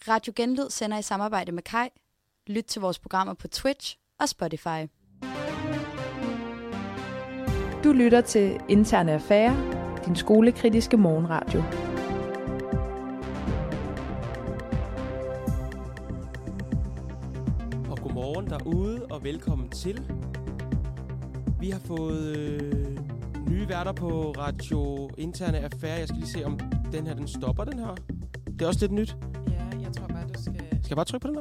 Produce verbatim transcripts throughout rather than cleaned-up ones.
Radio Genlyd sender i samarbejde med Kai. Lyt til vores programmer på Twitch og Spotify. Du lytter til Interne Affærer, din skolekritiske morgenradio. Og godmorgen derude, og velkommen til. Vi har fået øh, nye værter på Radio Interne Affærer. Jeg skal lige se, om den her, den stopper, den her. Det er også lidt nyt. Ja, jeg tror bare, du skal... Skal jeg bare trykke på den her?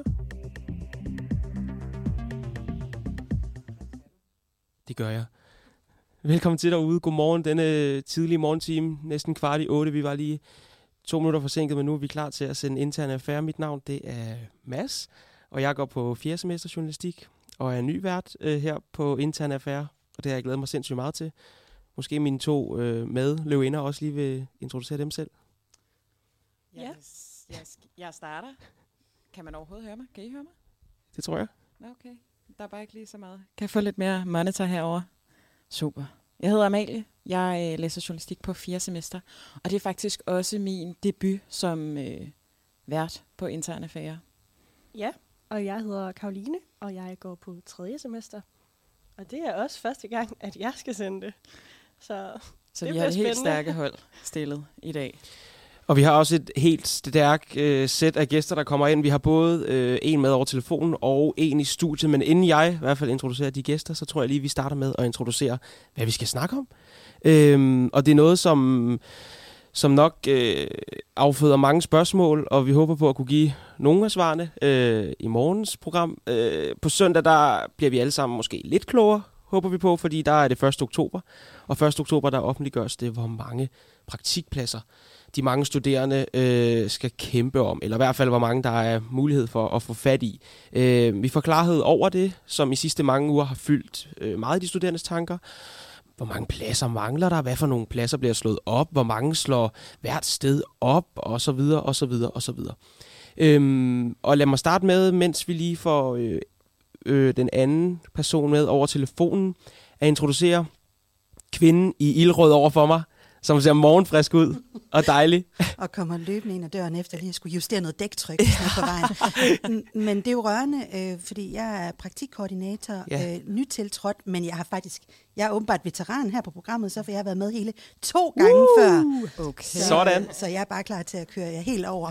Det gør jeg. Velkommen til derude. Godmorgen denne tidlige morgentime. Næsten kvart i otte. Vi var lige to minutter forsinket, men nu er vi klar til at sende Interne Affærer. Mit navn, det er Mads, og jeg går på fjerde semester journalistik og er ny vært øh, her på Interne Affærer, og det har jeg glædet mig sindssygt meget til. Måske mine to øh, medløvinder også lige vil introducere dem selv. Ja. Jeg, jeg, jeg starter. Kan man overhovedet høre mig? Kan I høre mig? Det tror jeg. Okay. Der er bare ikke lige så meget. Kan jeg få lidt mere monitor herover? Super. Jeg hedder Amalie. Jeg øh, læser journalistik på fjerde semester. Og det er faktisk også min debut som øh, vært på Interne Affærer. Ja, og jeg hedder Karoline, og jeg går på tredje semester. Og det er også første gang, at jeg skal sende det. Så, Så det vi har et spændende. helt stærke hold stillet i dag. Og vi har også et helt stærkt øh, sæt af gæster, der kommer ind. Vi har både øh, en med over telefonen og en i studiet. Men inden jeg i hvert fald introducerer de gæster, så tror jeg lige, vi starter med at introducere, hvad vi skal snakke om. Øhm, og det er noget, som, som nok øh, afføder mange spørgsmål, og vi håber på at kunne give nogle af svarene øh, i morgens program. Øh, på søndag, der bliver vi alle sammen måske lidt klogere, håber vi på, fordi der er det første oktober. Og første oktober, der offentliggøres det, hvor mange praktikpladser de mange studerende øh, skal kæmpe om, eller i hvert fald, hvor mange der er mulighed for at få fat i. Øh, vi får klarhed over det, som i sidste mange uger har fyldt øh, meget af de studerendes tanker. Hvor mange pladser mangler der? Hvad for nogle pladser bliver slået op? Hvor mange slår hvert sted op? Og så videre, og så videre, og så videre. Øhm, og lad mig starte med, mens vi lige får øh, øh, den anden person med over telefonen, at introducere kvinden i ildrød over for mig, som ser morgenfrisk ud og dejlig. Og kommer løbende ind ad døren efter lige at skulle justere noget dæktryk på vejen. Men det er jo rørende, øh, fordi jeg er praktikkoordinator, ja. øh, nytiltrådt, men jeg har faktisk, jeg er åbenbart veteran her på programmet, så for jeg har været med hele to gange uh, før. Okay. Så, Sådan. Så jeg er bare klar til at køre jer helt over.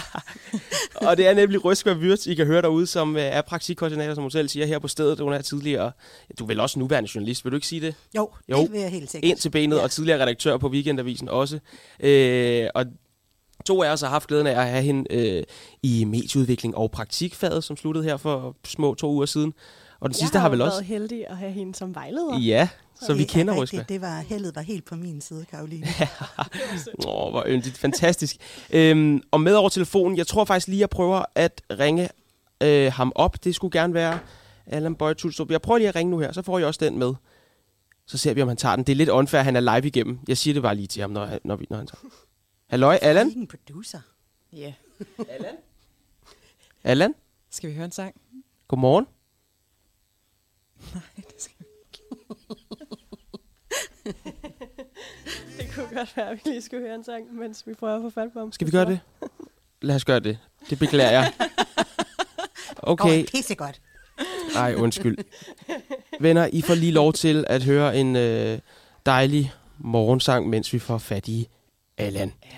Og det er nemlig Røskva Würtz, I kan høre derude, som er praktikkoordinator, som hun selv siger, her på stedet. Hun er tidligere, du er vel også nuværende journalist, vil du ikke sige det? Jo, jo. Det vil jeg helt sikkert. Ind til benet, ja. Og tidligere redaktør på Weekendavisen også. Øh, og to af os har haft glæden af at have hende øh, i medieudvikling og praktikfaget, som sluttede her for små to uger siden. Og den jeg sidste har vel også... Jeg har været heldig at have hende som vejleder. Ja, så, så vi kender Røskva. Røskva. Det var, heldet var helt på min side, Karoline. Åh, hvor yndigt. Fantastisk. Øhm, og med over telefonen, jeg tror faktisk lige, jeg prøver at ringe øh, ham op. Det skulle gerne være Allan Boye Tulstrup. Jeg prøver lige at ringe nu her, så får jeg også den med. Så ser vi, om han tager den. Det er lidt unfair, han er live igennem. Jeg siger det bare lige til ham, når, når, vi, når han tager. Halløj, Allan? Jeg er en producer. Ja. Yeah. Allan? Allan? Skal vi høre en sang? Godmorgen. Nej, det skal vi ikke. Det kunne godt være, at vi lige skulle høre en sang, mens vi prøver at få fat på ham. Skal vi gøre det? Lad os gøre det. Det beklager jeg. Okay. Åh, pissegodt. Ej, undskyld. Venner, I får lige lov til at høre en øh, dejlig morgensang, mens vi får fat i Allan. Ja.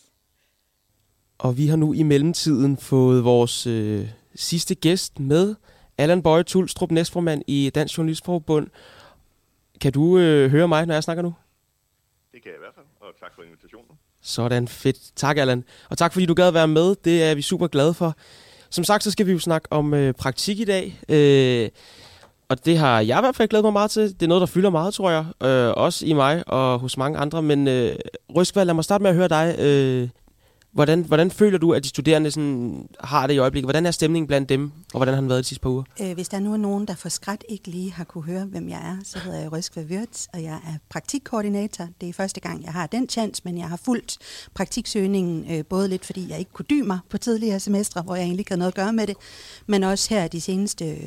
Og vi har nu i mellemtiden fået vores øh, sidste gæst med, Allan Boye Tulstrup, næstformand i Dansk Journalistforbund. Kan du øh, høre mig, når jeg snakker nu? Det kan jeg i hvert fald, og tak for invitationen. Sådan, fedt. Tak, Allan. Og tak, fordi du gad være med. Det er vi super glade for. Som sagt, så skal vi jo snakke om øh, praktik i dag. Øh, og det har jeg i hvert fald glædet mig meget til. Det er noget, der fylder meget, tror jeg. Øh, også i mig og hos mange andre. Men øh, Røskva, lad mig starte med at høre dig. Øh, hvordan, hvordan føler du, at de studerende sådan, har det i øjeblikket? Hvordan er stemningen blandt dem, og hvordan har den været de sidste par uger? Øh, hvis der nu er nogen, der for skræt ikke lige har kunne høre, hvem jeg er, så hedder jeg Røskva Würtz, og jeg er praktikkoordinator. Det er første gang, jeg har den chance, men jeg har fulgt praktiksøgningen, øh, både lidt fordi jeg ikke kunne dy mig på tidligere semestre, hvor jeg egentlig ikke havde noget at gøre med det, men også her de seneste øh,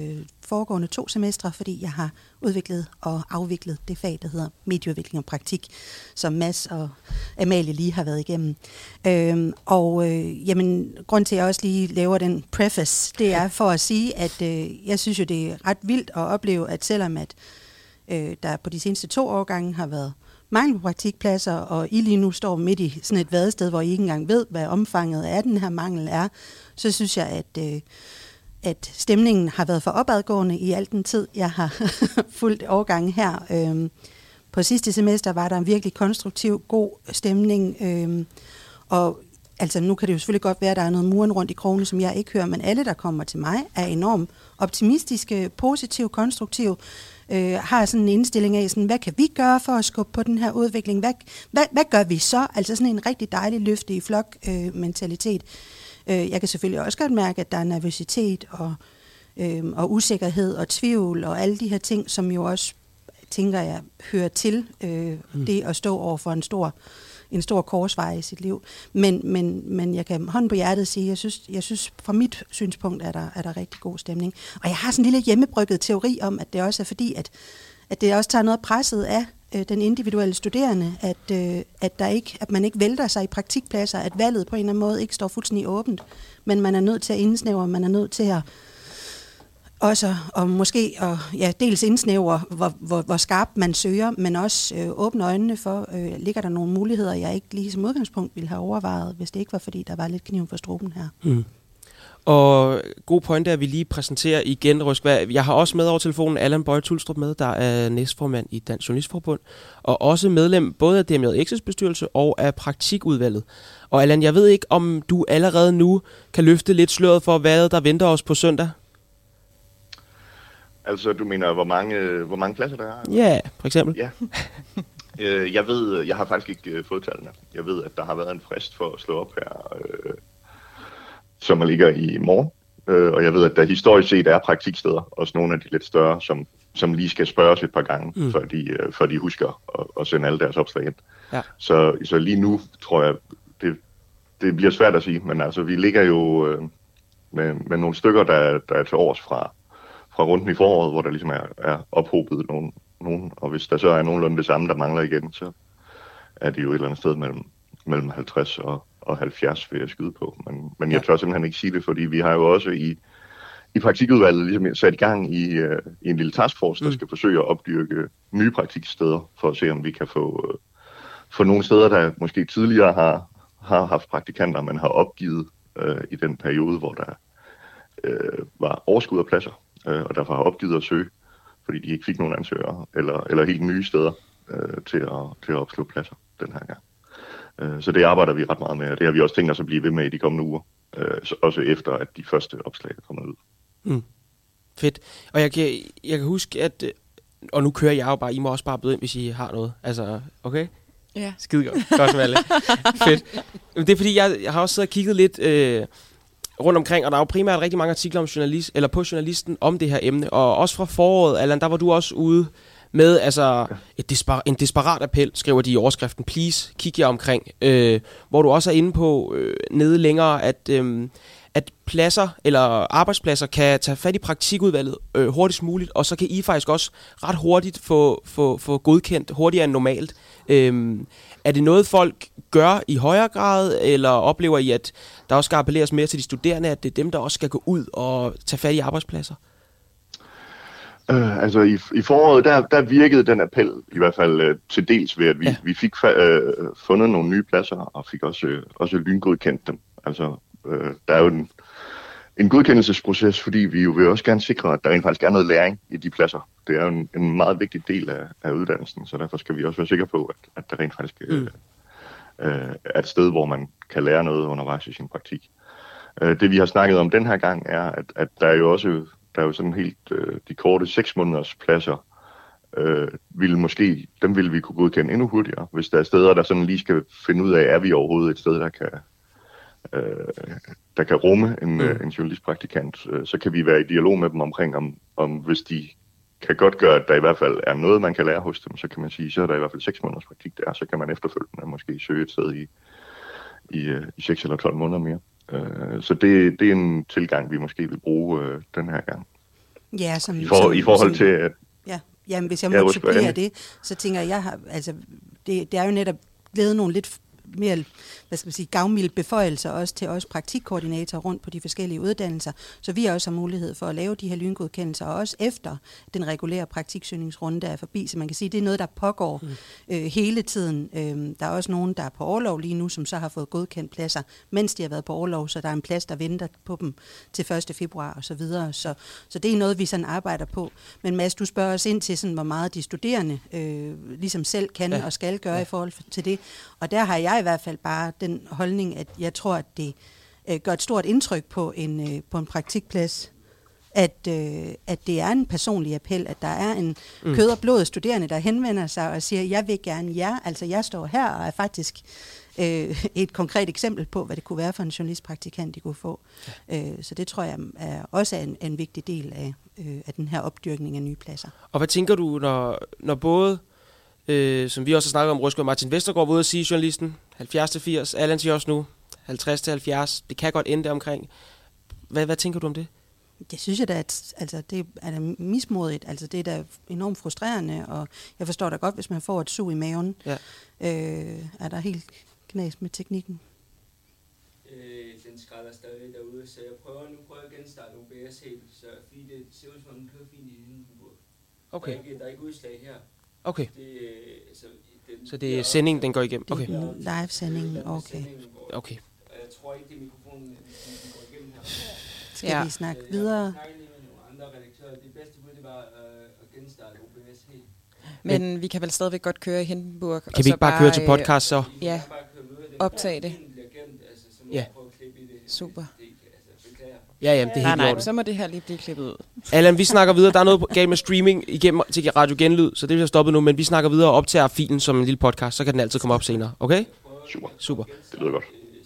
foregående to semestre, fordi jeg har udviklet og afviklet det fag, der hedder medieudvikling og praktik, som Mads og Amalie lige har været igennem. Øhm, og øh, jamen, grund til, at jeg også lige laver den preface, det er for at sige, at øh, jeg synes jo, det er ret vildt at opleve, at selvom at øh, der på de seneste to årgange har været mangel på praktikpladser, og I lige nu står midt i sådan et vadested, hvor I ikke engang ved, hvad omfanget af den her mangel er, så synes jeg, at, øh, at stemningen har været for opadgående i al den tid, jeg har fulgt årgangen her. Øhm, på sidste semester var der en virkelig konstruktiv, god stemning, øhm, og altså nu kan det jo selvfølgelig godt være, at der er noget muren rundt i krogene, som jeg ikke hører, men alle, der kommer til mig, er enormt optimistiske, positive, konstruktive, øh, har sådan en indstilling af, sådan, hvad kan vi gøre for at skubbe på den her udvikling? Hvad, hvad, hvad gør vi så? Altså sådan en rigtig dejlig løfte i flok-mentalitet. Øh, jeg kan selvfølgelig også godt mærke, at der er nervøsitet og, øh, og usikkerhed og tvivl og alle de her ting, som jo også, tænker jeg, hører til øh, mm. det at stå over for en stor en stor korsvej i sit liv. Men, men, men jeg kan hånden på hjertet sige, jeg synes, jeg synes fra mit synspunkt er der, er der rigtig god stemning. Og jeg har sådan en lille hjemmebrygget teori om, at det også er fordi, at, at det også tager noget presset af øh, den individuelle studerende, at, øh, at, der ikke, at man ikke vælter sig i praktikpladser, at valget på en eller anden måde ikke står fuldstændig åbent, men man er nødt til at indsnævre, man er nødt til at også, og måske og, ja, dels indsnævre, hvor, hvor, hvor skarpt man søger, men også øh, åbne øjnene for, øh, ligger der nogle muligheder, jeg ikke lige som udgangspunkt ville have overvejet, hvis det ikke var, fordi der var lidt kniven for struben her. Mm. Og god pointe er, at vi lige præsenterer igen, Røskvær. Jeg har også med over telefonen Allan Boye Tulstrup med, der er næstformand i Dansk Journalistforbund, og også medlem både af D M J X's bestyrelse og af praktikudvalget. Og Allan, jeg ved ikke, om du allerede nu kan løfte lidt sløret for, hvad der venter os på søndag? Altså, du mener, hvor mange, hvor mange pladser der er? Ja, yeah, for eksempel. Ja. øh, jeg ved, jeg har faktisk ikke uh, fået tallene. Jeg ved, at der har været en frist for at slå op her, øh, som ligger i morgen. Øh, og jeg ved, at der historisk set er praktiksteder, også nogle af de lidt større, som, som lige skal spørges et par gange, mm. før, de, øh, før de husker at, at sende alle deres opslag ind. Ja. Så, så lige nu tror jeg, det, det bliver svært at sige, men altså, vi ligger jo øh, med, med nogle stykker, der, der er til års fra fra runden i foråret, hvor der ligesom er, er ophobet nogen, nogen, og hvis der så er nogenlunde det samme, der mangler igen, så er det jo et eller andet sted mellem, mellem halvtreds og, og halvfjerds, vil jeg skyde på. Men, men jeg tør simpelthen ikke sige det, fordi vi har jo også i, i praktikudvalget ligesom sat i gang i, uh, i en lille taskforce, der mm. skal forsøge at opdyrke nye praktiksteder, for at se, om vi kan få, uh, få nogle steder, der måske tidligere har, har haft praktikanter, men har opgivet uh, i den periode, hvor der uh, var overskud af pladser, og derfor har opgivet at søge, fordi de ikke fik nogen ansøgere, eller, eller helt nye steder øh, til, at, til at opslå pladser den her gang. Øh, så det arbejder vi ret meget med, og det har vi også tænkt os at blive ved med i de kommende uger, øh, så også efter, at de første opslag er kommet ud. Mm. Fedt. Og jeg kan, jeg kan huske, at, og nu kører jeg jo bare, I må også bare byde ind, hvis I har noget. Altså, okay? Ja. Skide godt. Godt som alle. Fedt. Det er fordi, jeg, jeg har også siddet og kigget lidt Øh, rundt omkring, og der er jo primært rigtig mange artikler om journalist, eller på journalisten om det her emne, og også fra foråret, Allan, der var du også ude med altså et dispar- en desperat appel, skriver de i overskriften, please, kig jer omkring, øh, hvor du også er inde på øh, nede længere, at, øh, at pladser eller arbejdspladser kan tage fat i praktikudvalget øh, hurtigst muligt, og så kan I faktisk også ret hurtigt få, få, få godkendt, hurtigere end normalt. Øh, er det noget, folk gør i højere grad, eller oplever I, at der også skal appelleres mere til de studerende, at det er dem, der også skal gå ud og tage fat i arbejdspladser? Uh, altså i, i foråret, der, der virkede den appel i hvert fald uh, til dels ved, at vi, ja. vi fik uh, fundet nogle nye pladser, og fik også, uh, også lyngodkendt dem. Altså, uh, der er jo en, en godkendelsesproces, fordi vi jo vil også gerne sikre, at der rent faktisk er noget læring i de pladser. Det er jo en, en meget vigtig del af, af uddannelsen, så derfor skal vi også være sikre på, at, at der rent faktisk mm. uh, uh, er et sted, hvor man kan lære noget undervejs i sin praktik. Uh, det vi har snakket om den her gang er, at, at der er jo også der er jo sådan helt øh, de korte seks måneders pladser, øh, ville måske, dem ville vi kunne godkende endnu hurtigere, hvis der er steder, der sådan lige skal finde ud af, er vi overhovedet et sted, der kan, øh, der kan rumme en, mm. en journalistpraktikant, øh, så kan vi være i dialog med dem omkring, om, om hvis de kan godt gøre, at der i hvert fald er noget, man kan lære hos dem, så kan man sige, så er der i hvert fald seks måneders praktik der, så kan man efterfølgende måske søge et sted i, i, i seks eller tolv måneder mere. Så det, det er en tilgang, vi måske vil bruge øh, den her gang. Ja, som, I, for, som, i forhold som, til... At, ja, jamen, hvis jeg Ja, må Rosgaard, supplere Anne. det, så tænker jeg, jeg har, altså, det, det er jo netop givet nogle lidt mere, hvad skal man sige, gavmilde beføjelser også til os praktikkoordinatorer rundt på de forskellige uddannelser, så vi også har mulighed for at lave de her lyngodkendelser, og også efter den regulære praktiksøgningsrunde der er forbi, så man kan sige, at det er noget, der pågår mm. øh, hele tiden. Øh, der er også nogen, der er på orlov lige nu, som så har fået godkendt pladser, mens de har været på orlov, så der er en plads, der venter på dem til første februar og så videre. Så, så det er noget, vi sådan arbejder på. Men Mads, du spørger os ind til, sådan, hvor meget de studerende øh, ligesom selv kan ja. og skal gøre ja. i forhold til det. Og der har jeg i hvert fald bare den holdning, at jeg tror, at det øh, gør et stort indtryk på en, øh, på en praktikplads, at, øh, at det er en personlig appel, at der er en mm. kød og blod studerende, der henvender sig og siger, jeg vil gerne jer, altså jeg står her og er faktisk øh, et konkret eksempel på, hvad det kunne være for en journalistpraktikant, de kunne få. Ja. Øh, så det tror jeg er også er en, en vigtig del af, øh, af den her opdyrkning af nye pladser. Og hvad tænker du, når, når både Øh, som vi også har snakket om, Rosgaard Martin Vestergaard var ude at sige, journalisten, halvfjerds til firs, Allan siger også nu, halvtreds til halvfjerds, det kan godt ende der omkring. Hvad, hvad tænker du om det? Det synes jeg da, at altså, det er da mismodigt, altså det er da enormt frustrerende, og jeg forstår da godt, hvis man får et sug i maven. Ja. Øh, er der helt knas med teknikken? Øh, den skræller stadig derude, så jeg prøver nu prøver at genstarte O B S helt, så fordi det ser ud som om den kører fint i Hindenburg. Okay. Der er ikke, der er ikke udslag her. Okay. Det, så, den, så det er sendingen, den går igennem? Okay. Det er live-sendingen, okay. Okay. Jeg tror ikke, det er mikrofonen, den går igennem her. Skal ja. vi snakke videre? Jeg snakker lige med nogle andre redaktører. Det bedste bud, det var øh, at genstarte O B S helt. Men, Men vi kan vel stadigvæk godt køre i Hindenburg. Kan vi ikke bare, bare køre til podcast så? Ja, optage det. Ja. Super. Ja, jamen, det er nej, helt nej, lort. så må det her lige blive klippet ud. Allan, vi snakker videre. Der er noget galt med streaming igennem til Radio Genlyd, så det bliver stoppet nu, men vi snakker videre og optager filen som en lille podcast, så kan den altid komme op senere. Okay? Super. Super. Det lyder godt.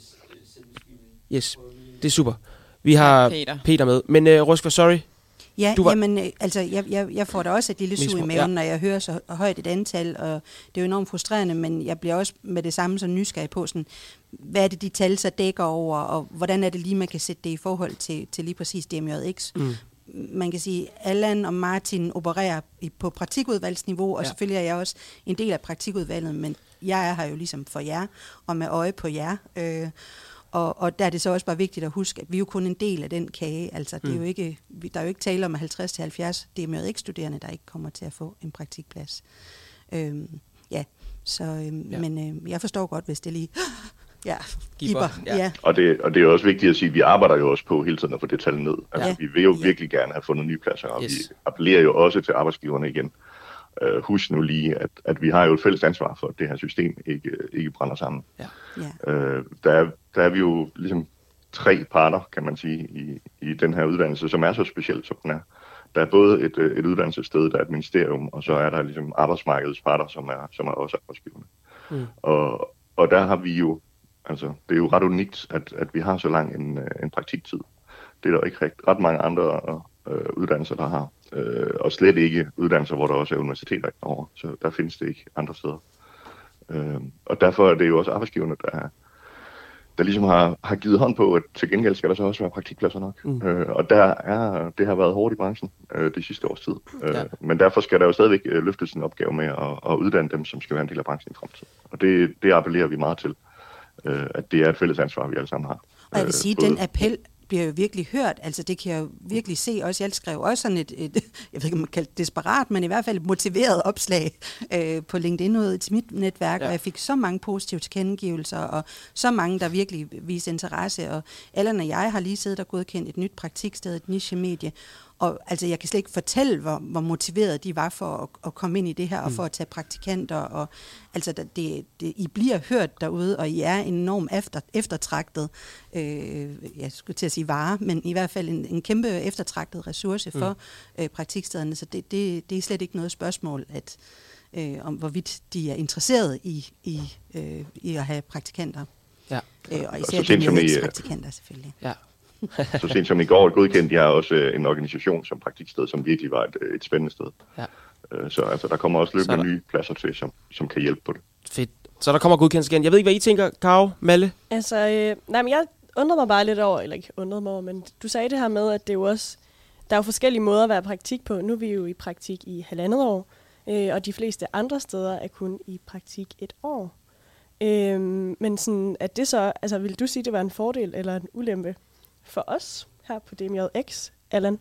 Yes, det er super. Vi har Peter, Peter med. Men uh, Rosgaard, sorry. Ja, var... jamen, altså, jeg, jeg, jeg får da også et lille sug i maven, ja. når jeg hører så højt et antal, og det er jo enormt frustrerende, men jeg bliver også med det samme så nysgerrig på, sådan, hvad er det, de tal så dækker over, og hvordan er det lige, man kan sætte det i forhold til, til lige præcis D M J X. Mm. Man kan sige, Allan og Martin opererer på praktikudvalgsniveau, og ja. selvfølgelig er jeg også en del af praktikudvalget, men jeg er her jo ligesom for jer, og med øje på jer. Øh, Og, og der er det så også bare vigtigt at huske, at vi er jo kun en del af den kage. Altså, det er jo ikke, der er jo ikke tale om halvtreds til halvfjerds D M J X-studerende, der ikke kommer til at få en praktikplads. Øhm, ja, så, øhm, ja. men øhm, jeg forstår godt, hvis det lige... Ja, giver. Ja. Ja. Og, det, og det er også vigtigt at sige, at vi arbejder jo også på hele tiden at få det tal ned. Altså, ja. vi vil jo ja. virkelig gerne have fundet nye pladser, og yes. vi appellerer jo også til arbejdsgiverne igen. Uh, husk nu lige, at, at vi har jo et fælles ansvar for, at det her system ikke, ikke brænder sammen. Ja. Ja. Uh, der, er, der er vi jo ligesom tre parter, kan man sige, i, i den her uddannelse, som er så speciel, som den er. Der er både et, et uddannelsessted, der er et ministerium, og så er der ligesom arbejdsmarkedets parter, som er, som er også arbejdsgiverne. Mm. Og, og der har vi jo, altså det er jo ret unikt, at, at vi har så lang en, en praktiktid. Det er der ikke ret, ret mange andre øh, uddannelser, der har. Øh, og slet ikke uddannelser, hvor der også er universiteter over, så der findes det ikke andre steder. Øh, og derfor er det jo også arbejdsgiverne, der, der ligesom har, har givet hånd på, at til gengæld skal der så også være praktikpladser nok. Mm. Øh, og der er, det har været hårdt i branchen øh, de sidste års tid. Øh, ja. Men derfor skal der jo stadigvæk øh, løftes en opgave med at, at uddanne dem, som skal være en del af branchen i fremtiden. Og det, det appellerer vi meget til, øh, at det er et fælles ansvar, vi alle sammen har. Og jeg vil sige, at den appel bliver jo virkelig hørt. Altså det kan jeg jo virkelig se også. Jeg skrev også sådan et, et jeg ved ikke, om man kalder det desperat, men i hvert fald et motiveret opslag øh, på LinkedIn ud til mit netværk, ja. og jeg fik så mange positive tilkendegivelser, og så mange, der virkelig viste interesse. Og Allan og jeg har lige siddet og godkendt et nyt praktiksted, et niche-medie, og altså, jeg kan slet ikke fortælle, hvor, hvor motiveret de var for at, at komme ind i det her, og for at tage praktikanter. Og, altså, det, det, I bliver hørt derude, og I er enormt efter, eftertragtet, øh, jeg skulle til at sige vare, men i hvert fald en, en kæmpe eftertragtet ressource for mm. øh, praktikstederne. Så det, det, det er slet ikke noget spørgsmål, at, øh, om hvorvidt de er interesseret i, i, øh, i at have praktikanter. Ja. Øh, og især og de praktikanter selvfølgelig. Ja. Så sent som i går godkendt jeg også en organisation som praktiksted, som virkelig var et, et spændende sted. Ja. Så altså, der kommer også løbende nye pladser til, som, som kan hjælpe på det. Fedt. Så der kommer godkendelse igen. Jeg ved ikke, hvad I tænker, Karo, Malle? Altså, øh, nej, men jeg undrede mig bare lidt over, eller ikke undrede mig over, men du sagde det her med, at det jo også, der er jo forskellige måder at være i praktik på. Nu er vi jo i praktik i halvandet år, øh, og de fleste andre steder er kun i praktik et år. Øh, men sådan, at det så, altså vil du sige, det var en fordel eller en ulempe for os her på D M J X, Allan?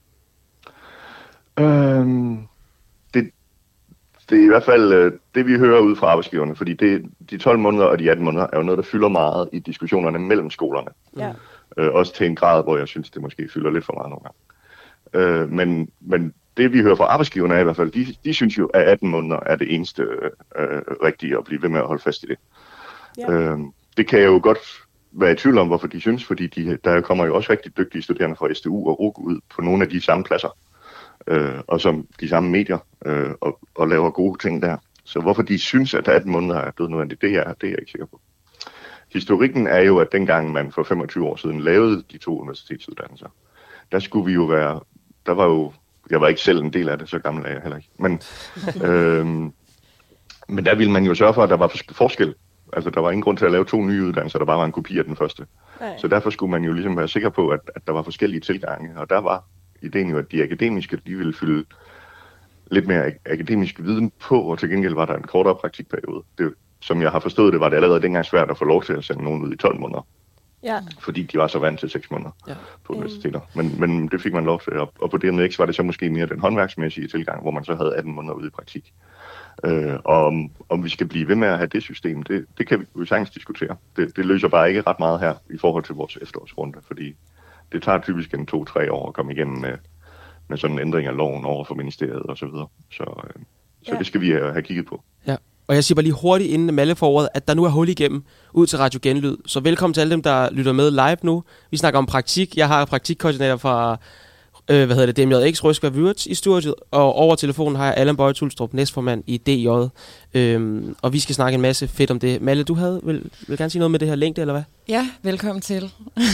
Øhm, det, det er i hvert fald øh, det, vi hører ud fra arbejdsgiverne, fordi det, de tolv måneder og de atten måneder er jo noget, der fylder meget i diskussionerne mellem skolerne. Ja. Øh, også til en grad, hvor jeg synes, det måske fylder lidt for meget nogle gange. Øh, men, men det, vi hører fra arbejdsgiverne er i hvert fald, de, de synes jo, at atten måneder er det eneste øh, rigtige at blive ved med at holde fast i det. Ja. Øh, det kan jeg jo godt være i tvivl om, hvorfor de synes, fordi de, der kommer jo også rigtig dygtige studerende fra S D U og R U G ud på nogle af de samme pladser. Øh, og som de samme medier, øh, og, og laver gode ting der. Så hvorfor de synes, at atten måneder er blevet nødvendigt, det er, det er jeg ikke sikker på. Historikken er jo, at dengang man for femogtyve år siden lavede de to universitetsuddannelser, der skulle vi jo være, der var jo, jeg var ikke selv en del af det, så gammel er jeg heller ikke, men, øh, men der ville man jo sørge for, at der var forskel. Altså der var ingen grund til at lave to nye uddannelser, der bare var en kopi af den første. Nej. Så derfor skulle man jo ligesom være sikker på, at, at der var forskellige tilgange, og der var ideen jo, at de akademiske, de ville fylde lidt mere akademisk viden på, og til gengæld var der en kortere praktikperiode. Det, som jeg har forstået det, var det allerede dengang svært at få lov til at sende nogen ud i tolv måneder. Ja. Fordi de var så vant til seks måneder ja. på universiteter. Men, men det fik man lov til, og, og på D M X var det så måske mere den håndværksmæssige tilgang, hvor man så havde atten måneder ude i praktik. Øh, og om, om vi skal blive ved med at have det system, det, det kan vi jo sagtens diskutere. Det, det løser bare ikke ret meget her i forhold til vores efterårsrunde, fordi det tager typisk en to-tre år at komme igennem med, med sådan en ændring af loven over for ministeriet og så videre. Så, øh, så ja. det skal vi have, have kigget på. Ja. Og jeg siger bare lige hurtigt inden Malle får ordet, at der nu er hul igennem ud til Radio Genlyd. Så velkommen til alle dem, der lytter med live nu. Vi snakker om praktik. Jeg har praktikkoordinator fra øh, hvad hedder det, D M J X, Røskva Würz i studiet. Og over telefonen har jeg Allan Boye Tulstrup, næstformand i D J. Øhm, og vi skal snakke en masse fedt om det. Malle, du havde, vil, vil gerne sige noget med det her længde, eller hvad? Ja, velkommen til.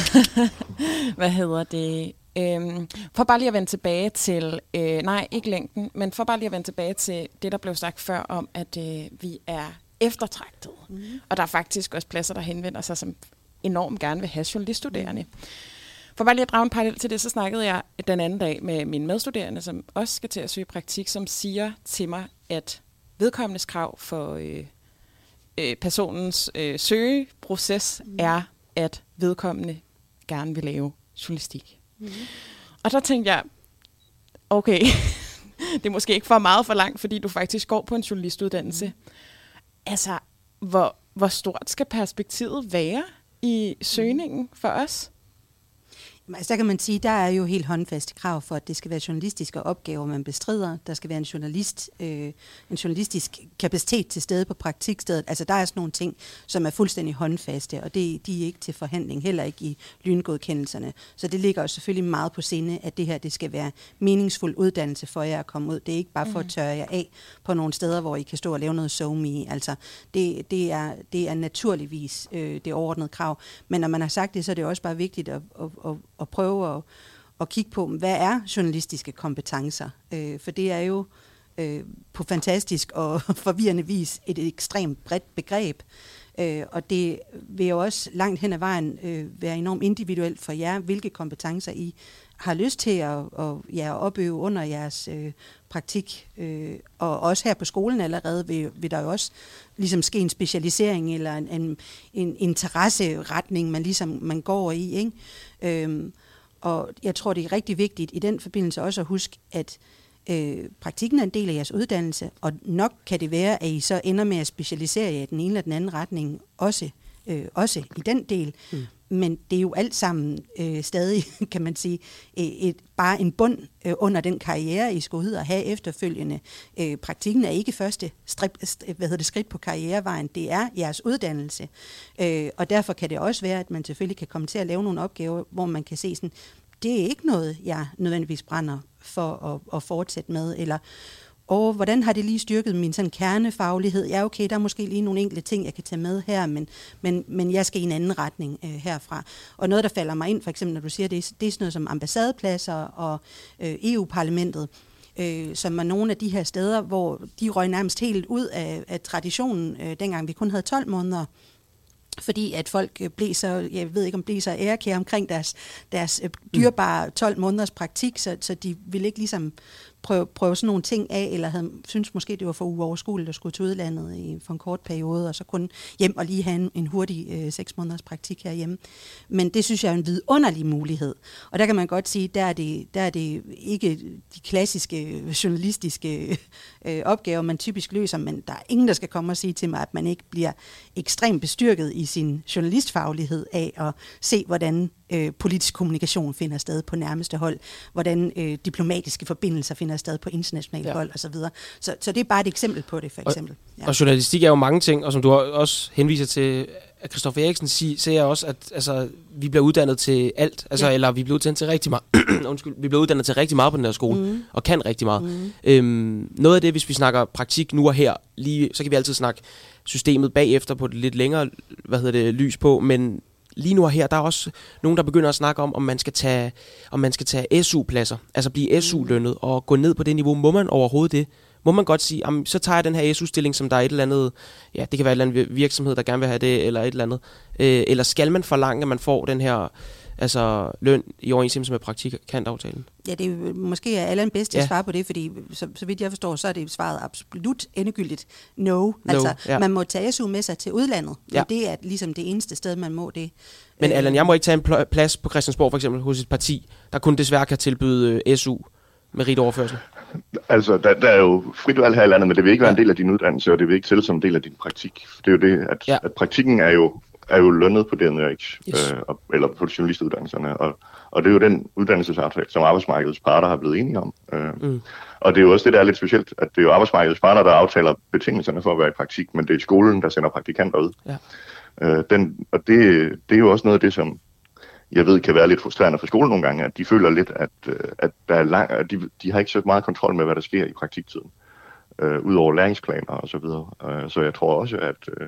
Hvad hedder det? Øhm, for bare lige at vende tilbage til, øh, nej, ikke længden, men for bare lige at vende tilbage til det, der blev sagt før om, at øh, vi er eftertragtet. Mm. Og der er faktisk også pladser, der henvender sig, som enormt gerne vil have journaliststuderende. Mm. For bare lige at drage en parallel til det, så snakkede jeg den anden dag med mine medstuderende, som også skal til at søge praktik, som siger til mig, at vedkommendes krav for øh, øh, personens øh, søgeproces mm. er, at vedkommende gerne vil lave journalistik. Mm. Og der tænkte jeg, okay, det er måske ikke for meget for langt, fordi du faktisk går på en journalistuddannelse. Mm. Altså, hvor, hvor stort skal perspektivet være i søgningen for os? Altså, der kan man sige, der er jo helt håndfaste krav for, at det skal være journalistiske opgaver, man bestrider. Der skal være en journalist, øh, en journalistisk kapacitet til stede på praktikstedet. Altså, der er sådan nogle ting, som er fuldstændig håndfaste, og det, de er ikke til forhandling, heller ikke i lyngodkendelserne. Så det ligger jo selvfølgelig meget på sinde, at det her, det skal være meningsfuld uddannelse for jer at komme ud. Det er ikke bare for at tørre jer af på nogle steder, hvor I kan stå og lave noget SoMe. Altså, det, det, er, det er naturligvis øh, det overordnede krav. Men når man har sagt det, så er det også bare vigtigt at, at, at og prøve at, at kigge på, hvad er journalistiske kompetencer? Øh, for det er jo øh, på fantastisk og forvirrende vis et ekstremt bredt begreb. Øh, og det vil jo også langt hen ad vejen øh, være enormt individuelt for jer, hvilke kompetencer I har lyst til at, at, ja, at opøve under jeres øh, praktik. Øh, og også her på skolen allerede vil, vil der jo også ligesom ske en specialisering eller en, en, en interesseretning, man ligesom man går i, ikke? Øhm, og jeg tror, det er rigtig vigtigt i den forbindelse også at huske, at øh, praktikken er en del af jeres uddannelse, og nok kan det være, at I så ender med at specialisere jer i den ene eller den anden retning, også, øh, også i den del. Mm. Men det er jo alt sammen øh, stadig, kan man sige, et, et, bare en bund øh, under den karriere, I skal ud og have efterfølgende. Øh, praktikken er ikke første strip, hvad hedder det, skridt på karrierevejen, det er jeres uddannelse. Øh, og derfor kan det også være, at man selvfølgelig kan komme til at lave nogle opgaver, hvor man kan se sådan, det er ikke noget, jeg nødvendigvis brænder for at, at fortsætte med, eller og hvordan har det lige styrket min sådan kernefaglighed? Ja, okay, der er måske lige nogle enkelte ting, jeg kan tage med her, men, men, men jeg skal i en anden retning øh, herfra. Og noget, der falder mig ind, for eksempel, når du siger, det, det er sådan noget som ambassadepladser og øh, E U-parlamentet, øh, som er nogle af de her steder, hvor de røg nærmest helt ud af, af traditionen, øh, dengang vi kun havde tolv måneder. fordi at folk blev så, jeg ved ikke om blev så ærekære omkring deres, deres dyrebare tolv måneders praktik, så, så de ville ikke ligesom prøve, prøve sådan nogle ting af, eller havde, synes måske, det var for uoverskueligt at skulle til udlandet i, for en kort periode, og så kun hjem og lige have en, en hurtig øh, seks måneders praktik herhjemme. Men det synes jeg er en vidunderlig mulighed. Og der kan man godt sige, der er det, der er det ikke de klassiske journalistiske øh, opgaver, man typisk løser, men der er ingen, der skal komme og sige til mig, at man ikke bliver ekstremt bestyrket i sin journalistfaglighed af at se, hvordan øh, politisk kommunikation finder sted på nærmeste hold, hvordan øh, diplomatiske forbindelser finder sted på internationale ja. hold osv. Så, så, så det er bare et eksempel på det, for eksempel. Ja. Og journalistik er jo mange ting, og som du også henviser til, at Christoffer Eriksen siger også, at altså, vi bliver uddannet til alt, altså, ja. eller vi bliver uddannet til rigtig meget. Undskyld, vi bliver uddannet til rigtig meget på den her skole, mm. og kan rigtig meget. Mm. Øhm, noget af det, hvis vi snakker praktik nu og her, lige, så kan vi altid snakke systemet bagefter på et lidt længere, hvad hedder det, lys på, men lige nu og her, der er også nogen, der begynder at snakke om, om man skal tage, om man skal tage S U-pladser, altså blive S U-lønnet og gå ned på det niveau. Må man overhovedet det? Må man godt sige, jamen, så tager jeg den her S U-stilling, som der er et eller andet, ja, det kan være et eller andet virksomhed, der gerne vil have det, eller et eller andet. Øh, eller skal man forlange, at man får den her altså, løn i overensstemmelse med praktikantaftalen? Ja, det er måske er Allan bedst til ja. at svare på det, fordi så, så vidt jeg forstår, så er det svaret absolut endegyldigt no. no altså, ja. man må tage S U med sig til udlandet, ja. og det er ligesom det eneste sted, man må det. Men Allan, jeg må ikke tage en pl- plads på Christiansborg, for eksempel, hos et parti, der kun desværre kan tilbyde uh, S U med rigt overførsel. Altså, der, der er jo frit valg her i landet, men det vil ikke være en del af din uddannelse, og det vil ikke tælle som en del af din praktik. Det er jo det, at, ja. at praktikken er jo, er jo lønnet på D N R X, yes. øh, eller på journalistuddannelserne, og, og det er jo den uddannelsesaftale, som arbejdsmarkedets parter har blevet enige om. Øh, mm. Og det er jo også det, der er lidt specielt, at det er jo arbejdsmarkedets parter, der aftaler betingelserne for at være i praktik, men det er skolen, der sender praktikanter ud. Ja. Øh, den, og det, det er jo også noget af det, som jeg ved kan være lidt frustrerende for skolen nogle gange, at de føler lidt, at, at, der er lang, at de, de har ikke så meget kontrol med, hvad der sker i praktiktiden, øh, udover læringsplaner og så videre. Øh, så jeg tror også, at, øh,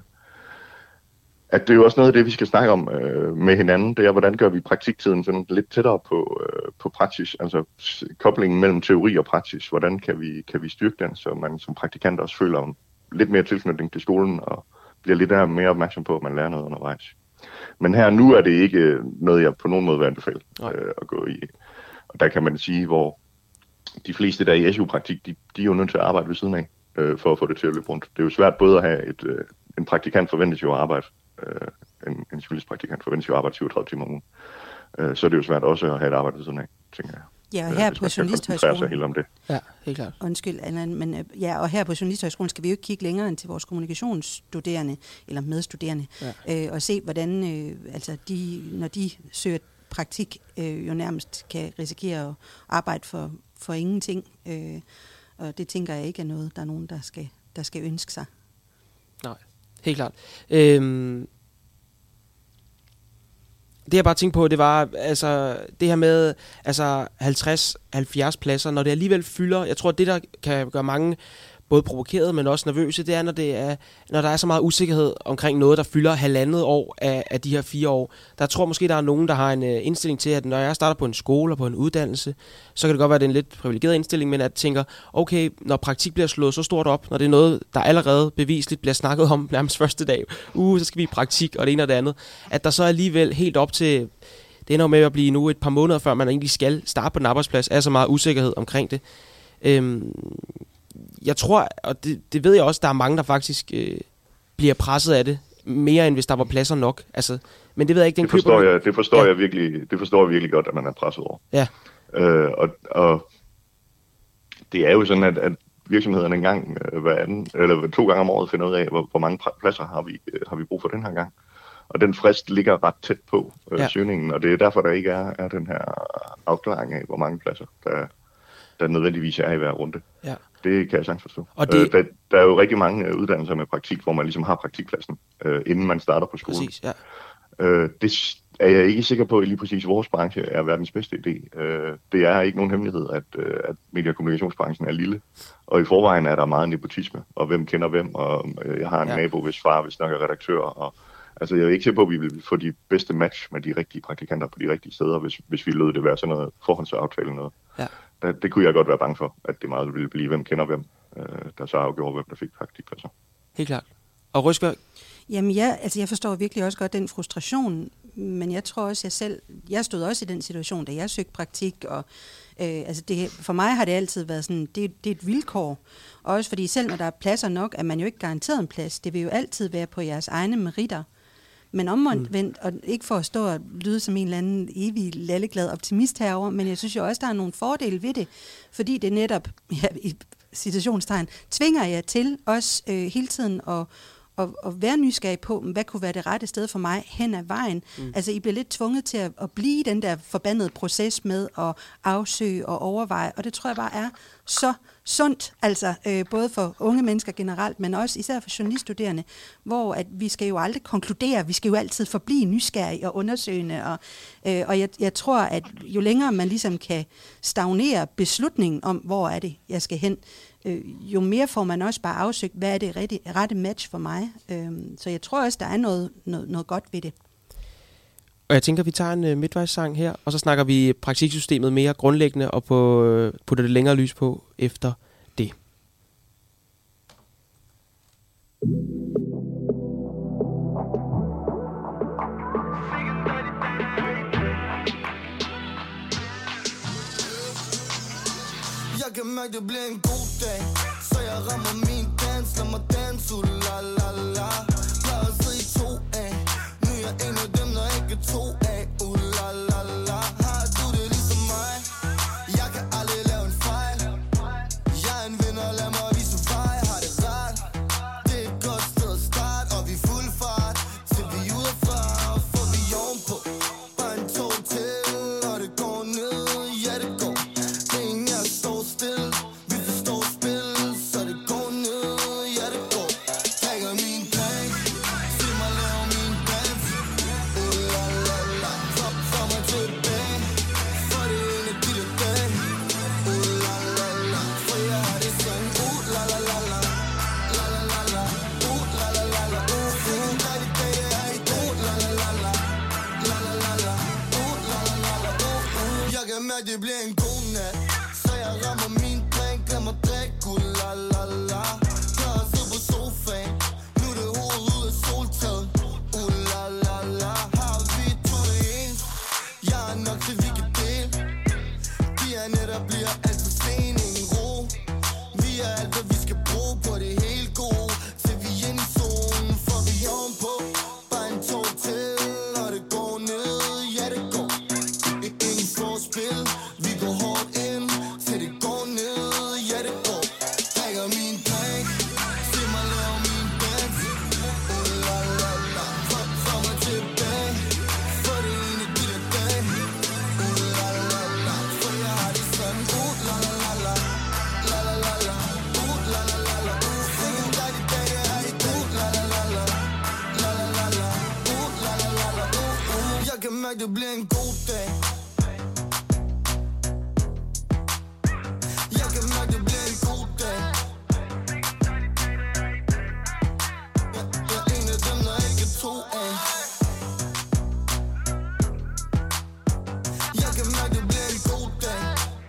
at det er jo også noget af det, vi skal snakke om øh, med hinanden. Det er, hvordan gør vi praktiktiden sådan lidt tættere på, øh, på praksis, altså koblingen mellem teori og praksis. Hvordan kan vi, kan vi styrke den, så man som praktikant også føler lidt mere tilknytning til skolen og bliver lidt mere opmærksom på, at man lærer noget undervejs. Men her nu er det ikke noget, jeg på nogen måde vil anbefale øh, at gå i. Og der kan man sige, hvor de fleste, der er i S U-praktik, de, de er jo nødt til at arbejde ved siden af, øh, for at få det til at løbe rundt. Det er jo svært både at have et, øh, en praktikant forventes jo at arbejde, øh, en, en journalistpraktikant forventes jo at arbejde syvogtredive timer om ugen. Øh, så er det jo svært også at have et arbejde ved siden af, tænker jeg. Ja, og her på Journalisthøjskolen. Helt om det. Ja, helt klart. Undskyld, Allan, men ja, og her på Journalisthøjskolen skal vi jo ikke kigge længere end til vores kommunikationsstuderende, eller medstuderende, ja. øh, og se, hvordan øh, altså de, når de søger praktik, øh, jo nærmest kan risikere at arbejde for, for ingenting. Øh, og det tænker jeg ikke er noget, der er nogen, der skal, der skal ønske sig. Nej, helt klart. Øhm Det jeg bare tænkte på, det var altså det her med altså halvtreds til halvfjerds pladser, når det alligevel fylder. Jeg tror, det der kan gøre mange både provokeret, men også nervøse, det er, når, det er, når der er så meget usikkerhed omkring noget, der fylder halvandet år af, af de her fire år. Der tror måske, der er nogen, der har en uh, indstilling til, at når jeg starter på en skole og på en uddannelse, så kan det godt være, at det er en lidt privilegeret indstilling, men at tænker, okay, når praktik bliver slået så stort op, når det er noget, der allerede bevisligt bliver snakket om nærmest første dag, uh, så skal vi i praktik, og det ene og det andet, at der så alligevel helt op til, det ender med at blive nu et par måneder, før man egentlig skal starte på den arbejdsplads, er så meget usikkerhed omkring det. Øhm, Jeg tror, og det, det ved jeg også, der er mange, der faktisk øh, bliver presset af det, mere end hvis der var pladser nok. Altså, men det ved jeg ikke, den det forstår køber... Jeg, det forstår ja. jeg virkelig, det forstår jeg virkelig godt, at man er presset over. Ja. Øh, og, og det er jo sådan, at, at virksomhederne en gang øh, hver anden, eller to gange om året finder ud af, hvor, hvor mange pladser har vi, øh, har vi brug for den her gang. Og den frist ligger ret tæt på øh, ja. søgningen, og det er derfor, der ikke er, er den her afklaring af, hvor mange pladser, der, der nødvendigvis er i hver runde. Ja. Det kan jeg sagtens forstå. Og det... øh, der, der er jo rigtig mange uddannelser med praktik, hvor man ligesom har praktikpladsen, øh, inden man starter på skolen. Præcis, ja. øh, det er jeg ikke sikker på, at lige præcis vores branche er verdens bedste idé. Øh, det er ikke nogen hemmelighed, at, øh, at medie- og kommunikationsbranchen er lille. Og i forvejen er der meget nepotisme, og hvem kender hvem. Og øh, jeg har en ja. nabo, hvis far hvis nok er redaktør. Og, altså, jeg er ikke sikker på, at vi vil få de bedste match med de rigtige praktikanter på de rigtige steder, hvis, hvis vi lød det være sådan noget forhåndsaftale noget. Ja. Det, det kunne jeg godt være bange for, at det meget ville blive, hvem kender hvem, øh, der så afgjorde, hvem der fik praktikpladser. Helt klart. Og Røskvær? Jamen ja, altså jeg forstår virkelig også godt den frustration, men jeg tror også, jeg selv, jeg stod også i den situation, da jeg søgte praktik, og øh, altså det, for mig har det altid været sådan, det, det er et vilkår. Også fordi selv når der er pladser nok, er man jo ikke garanteret en plads. Det vil jo altid være på jeres egne meritter. Men omvendt, mm. og ikke for at stå og lyde som en eller anden evig lalleglad optimist herover, men jeg synes jo også, der er nogle fordele ved det, fordi det netop, ja, i citationstegn, tvinger jer til også øh, hele tiden at Og, og være nysgerrig på, hvad kunne være det rette sted for mig hen ad vejen. Mm. Altså, I bliver lidt tvunget til at, at blive den der forbandede proces med at afsøge og overveje, og det tror jeg bare er så sundt, altså øh, både for unge mennesker generelt, men også især for journaliststuderende, hvor at vi skal jo aldrig konkludere, vi skal jo altid forblive nysgerrige og undersøgende, og, øh, og jeg, jeg tror, at jo længere man ligesom kan stagnere beslutningen om, hvor er det, jeg skal hen, jo mere får man også bare afsøgt, hvad er det rette, rette match for mig. Så jeg tror også, der er noget, noget, noget godt ved det. Og jeg tænker, vi tager en uh, midtvejssang her, og så snakker vi praktiksystemet mere grundlæggende, og på, uh, putter det længere lys på efter det. Jeg kan mærke, det bliver en god dag, så jeg rammer min dans, lad mig danse, uh, la la la. Plejer at sidde i to af, nu er jeg en af dem, der ikke er to af, uh, la la la. Har du det ligesom mig? Jeg kan aldrig lave en fejl. Jeg er en vinder, lad mig vise vej, har det rart. Det er et godt sted at starte, og vi er fuld fart, til vi er ude fra, og får vi ovenpå. Bare en tog til, og det går ned, ja det går. Vi forstår spil, så det går ned, ja det går. Drikker min drink, se mig lave min dans. Oh la la la, for, for mig tilbage, for det er en af de der dage. Oh la la la, for jeg har det sådan. Oh la la la la, la la la la. Oh la la la la, oh oh. Der er de dage, jeg er i dag. Oh la la la la, la la la la. Oh la la la la, oh oh. Jeg kan mærke, det bliver en god nat, så jeg rammer min drink, lad mig drikke, uh, la la la. Jeg har siddet på sofaen, nu er det hovedet ud af soltaget, uh, la la la. Har vi to det ens, jeg er nok til vi kan dele. De her netter bliver altid sen, ingen ro. Vi er alt, hvad vi skal bruge på det hele gode, til vi er inde i zonen, for vi er ovenpå. Bare en tog til, og det går ned, ja det går. Ingen forspil, vi går hårdt ind, til det går ned, ja det går. Drikker min drink, se mig lave min dans. Oh la la la, for, for mig tilbage, for det er en af de der dage. Oh la la la, for jeg har det sådan. Oh la la la la, la la la la. Oh la la la la, uh uh. Der er de dage, jeg er i dag. Oh la la la la, la la la la. Oh la la la la, uh uh. Jeg kan mærke, det bliver en god dag. Jeg kan mærke, det bliver en god dag. Jeg, jeg er en af dem, der ikke er to af. Jeg kan mærke, det bliver en god dag.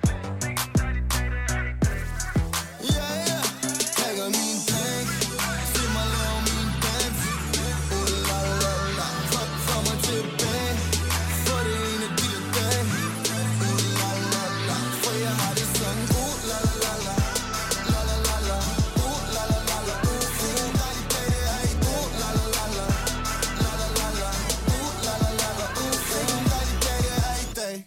Ja, ja. Drikker min drink, se mig lave min dans. Oh la la la, for, for mig tilbage, for det er en af de der dage. Oh la la la, for jeg har det sådan. Oh la la la la, la la la la. Oh la la la la, uh uh. Der er de dage, jeg er i dag. Oh la la la la, la la la la. Oh la la la la, uh uh. Der er de dage, jeg er i dag.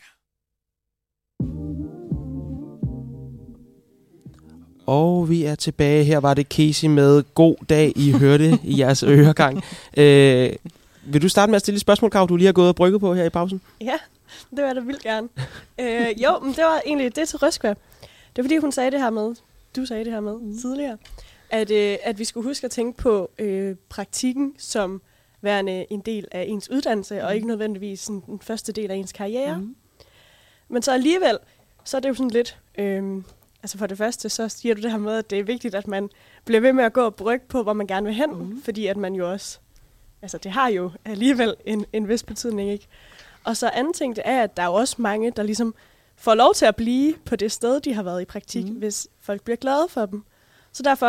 Og vi er tilbage. Her var det Casey med God dag, I hørte i jeres øregang. Øh, vil du starte med at stille et spørgsmål, Kav, du lige har gået og brygget på her i pausen? Ja, det var jeg da vildt gerne. øh, jo, men det var egentlig det til Røskva. Det var fordi, hun sagde det her med, du sagde det her med mm. tidligere, at, øh, at vi skulle huske at tænke på øh, praktikken som værende en del af ens uddannelse, mm. og ikke nødvendigvis sådan, den første del af ens karriere. Mm. Men så alligevel, så er det jo sådan lidt... Øh, altså for det første, så siger du det her med, at det er vigtigt, at man bliver ved med at gå og brygge på, hvor man gerne vil hen, mm. fordi at man jo også... Altså det har jo alligevel en, en vis betydning, ikke? Og så anden ting, det er, at der er jo også mange, der ligesom får lov til at blive på det sted, de har været i praktik, mm. hvis folk bliver glade for dem. Så derfor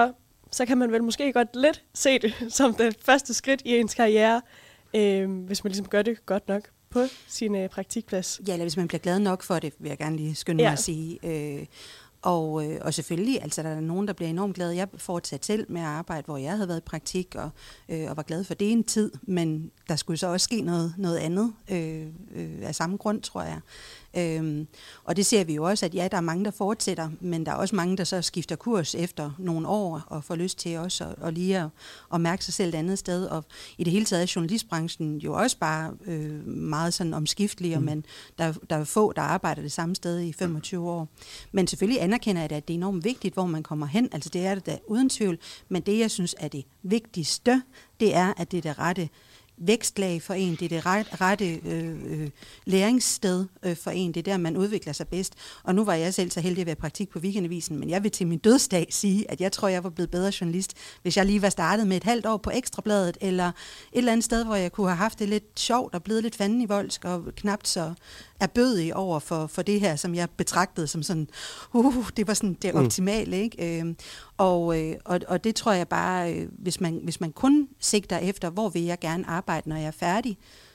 så kan man vel måske godt lidt se det som det første skridt i ens karriere, øh, hvis man ligesom gør det godt nok på sin øh, praktikplads. Ja, eller hvis man bliver glad nok for det, vil jeg gerne lige skynde Ja. mig at sige. Øh, og, øh, og selvfølgelig, altså der er nogen, der bliver enormt glade. Jeg fortsatte selv med at arbejde, hvor jeg havde været i praktik, og, øh, og var glad for det en tid, men der skulle så også ske noget, noget andet øh, øh, af samme grund, tror jeg. Øhm, og det ser vi jo også, at ja, der er mange, der fortsætter, men der er også mange, der så skifter kurs efter nogle år, og får lyst til også at, og lige at, at mærke sig selv et andet sted. Og i det hele taget er journalistbranchen jo også bare øh, meget sådan omskiftelig, mm. men der, der er få, der arbejder det samme sted i femogtyve år. Men selvfølgelig anerkender jeg det, at det er enormt vigtigt, hvor man kommer hen. Altså det er det da uden tvivl, men det, jeg synes er det vigtigste, det er, at det er det rette vækstlag for en, det er det ret, rette øh, øh, læringssted øh, for en, det er der, man udvikler sig bedst. Og nu var jeg selv så heldig at være i praktik på Weekendavisen, men jeg vil til min dødsdag sige, at jeg tror, jeg var blevet bedre journalist, hvis jeg lige var startet med et halvt år på Ekstrabladet, eller et eller andet sted, hvor jeg kunne have haft det lidt sjovt og blevet lidt fanden i voldsk, og knapt så erbødig over for, for det her, som jeg betragtede som sådan, uh, det var sådan det optimale, ikke? Øh, og, øh, og, og det tror jeg bare, øh, hvis, man, hvis man kun sigter efter, hvor vil jeg gerne arbejde, når jeg er færdig,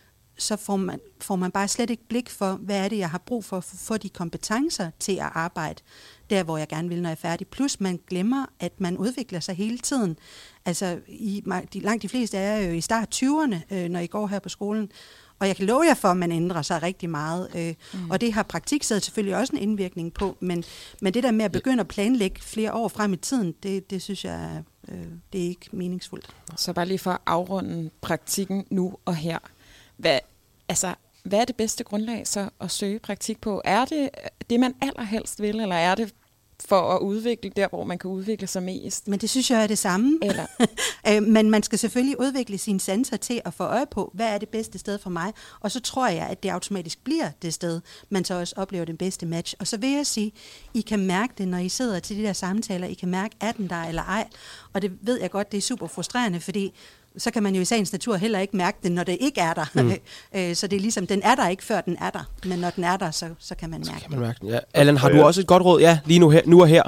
så får man, får man bare slet ikke blik for, hvad er det, jeg har brug for, for, for de kompetencer til at arbejde der, hvor jeg gerne vil, når jeg er færdig. Plus man glemmer, at man udvikler sig hele tiden. Altså, i, de, langt de fleste er jo i start tyverne, øh, når I går her på skolen, og jeg kan love jer for, at man ændrer sig rigtig meget. Øh, mm. Og det har praktikstedet selvfølgelig også en indvirkning på, men, men det der med at begynde at planlægge flere år frem i tiden, det, det synes jeg, øh, det er ikke meningsfuldt. Så bare lige for at afrunde praktikken nu og her. Hvad, altså, hvad er det bedste grundlag så at søge praktik på? Er det det, man allerhelst vil, eller er det for at udvikle der, hvor man kan udvikle sig mest? Men det synes jeg er det samme. Eller? Men man skal selvfølgelig udvikle sine sanser til at få øje på, hvad er det bedste sted for mig. Og så tror jeg, at det automatisk bliver det sted, man så også oplever den bedste match. Og så vil jeg sige, I kan mærke det, når I sidder til de der samtaler. I kan mærke, er den der eller ej. Og det ved jeg godt, det er super frustrerende, fordi så kan man jo i sagens natur heller ikke mærke det, når det ikke er der. Mm. Så det er ligesom, den er der ikke, før den er der. Men når den er der, så, så kan man mærke kan man mærke den. Ja. Allan, har du også et godt råd? Ja, lige nu, her, nu og her.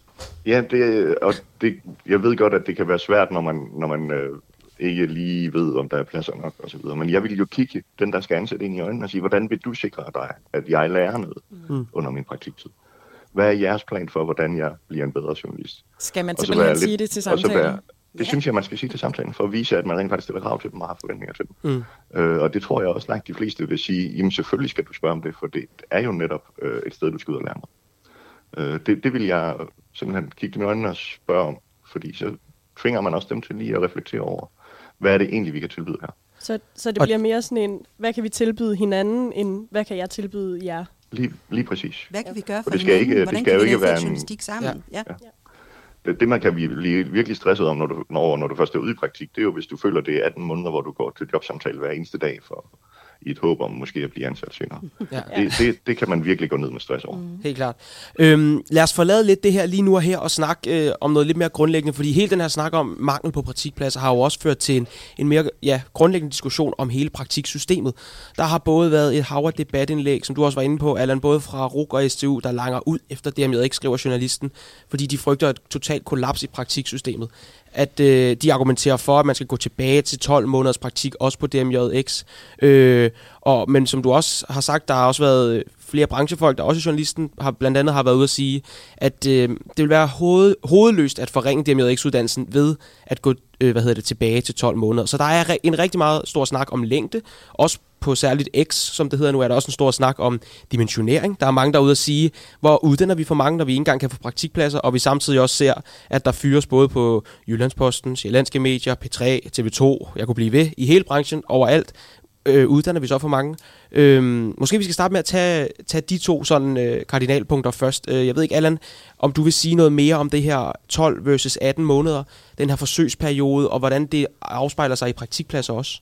Ja, det, og det, jeg ved godt, at det kan være svært, når man, når man øh, ikke lige ved, om der er pladser nok og så videre. Men jeg vil jo kigge den, der skal ansætte ind i øjnene og sige, hvordan vil du sikre dig, at jeg lærer noget mm. under min praktiktid? Hvad er jeres plan for, hvordan jeg bliver en bedre journalist? Skal man simpelthen sige det til samtalen? Det ja. synes jeg, man skal sige til samtalen, for at vise, at man rent faktisk stiller krav til dem og har forventninger til dem. Mm. Øh, og det tror jeg også langt de fleste vil sige, jamen selvfølgelig skal du spørge om det, for det er jo netop øh, et sted, du skal ud og lære noget. Øh, det, det vil jeg simpelthen kigge dem i øjnene og spørge om, fordi så tvinger man også dem til lige at reflektere over, hvad er det egentlig, vi kan tilbyde her. Så, så det bliver mere sådan en, hvad kan vi tilbyde hinanden, end hvad kan jeg tilbyde jer? Lige, lige præcis. Hvad kan vi gøre for det skal hinanden? ikke, Hvordan det skal kan jo vi ikke lave være journalistik sammen? Ja. Ja. Ja. Det, det, man kan blive virkelig stresset om, når du, når, når du først er ude i praktik, det er jo, hvis du føler, det er atten måneder, hvor du går til jobsamtale hver eneste dag for, i et håb om måske at blive ansat senere. Ja. Det, det, det kan man virkelig gå ned med stress over. Mm. Helt klart. Øhm, lad os forlade lidt det her lige nu og her og snakke øh, om noget lidt mere grundlæggende, fordi hele den her snak om mangel på praktikpladser har jo også ført til en, en mere ja, grundlæggende diskussion om hele praktiksystemet. Der har både været et hav af debatindlæg, som du også var inde på, Allan, både fra R U C og S T U, der langer ud efter det, jeg ikke skriver journalisten, fordi de frygter et totalt kollaps i praktiksystemet. At øh, de argumenterer for, at man skal gå tilbage til tolv måneders praktik, også på D M J X. Øh, og, men som du også har sagt, der har også været flere branchefolk, der også journalisten har blandt andet har været ude at sige, at øh, det vil være hoved, hovedløst at forringe D M J X-uddannelsen ved at gå øh, hvad hedder det, tilbage til tolv måneder. Så der er en rigtig meget stor snak om længde, også på særligt X, som det hedder nu, er der også en stor snak om dimensionering. Der er mange, der er ude at sige, hvor uddanner vi for mange, når vi ikke engang kan få praktikpladser, og vi samtidig også ser, at der fyres både på Jyllandsposten, Sjællandske Medier, P tre, T V to, jeg kunne blive ved, i hele branchen, overalt, øh, uddanner vi så for mange. Øh, måske vi skal starte med at tage, tage de to sådan øh, kardinalpunkter først. Øh, jeg ved ikke, Allan, om du vil sige noget mere om det her tolv versus atten måneder, den her forsøgsperiode, og hvordan det afspejler sig i praktikpladser også?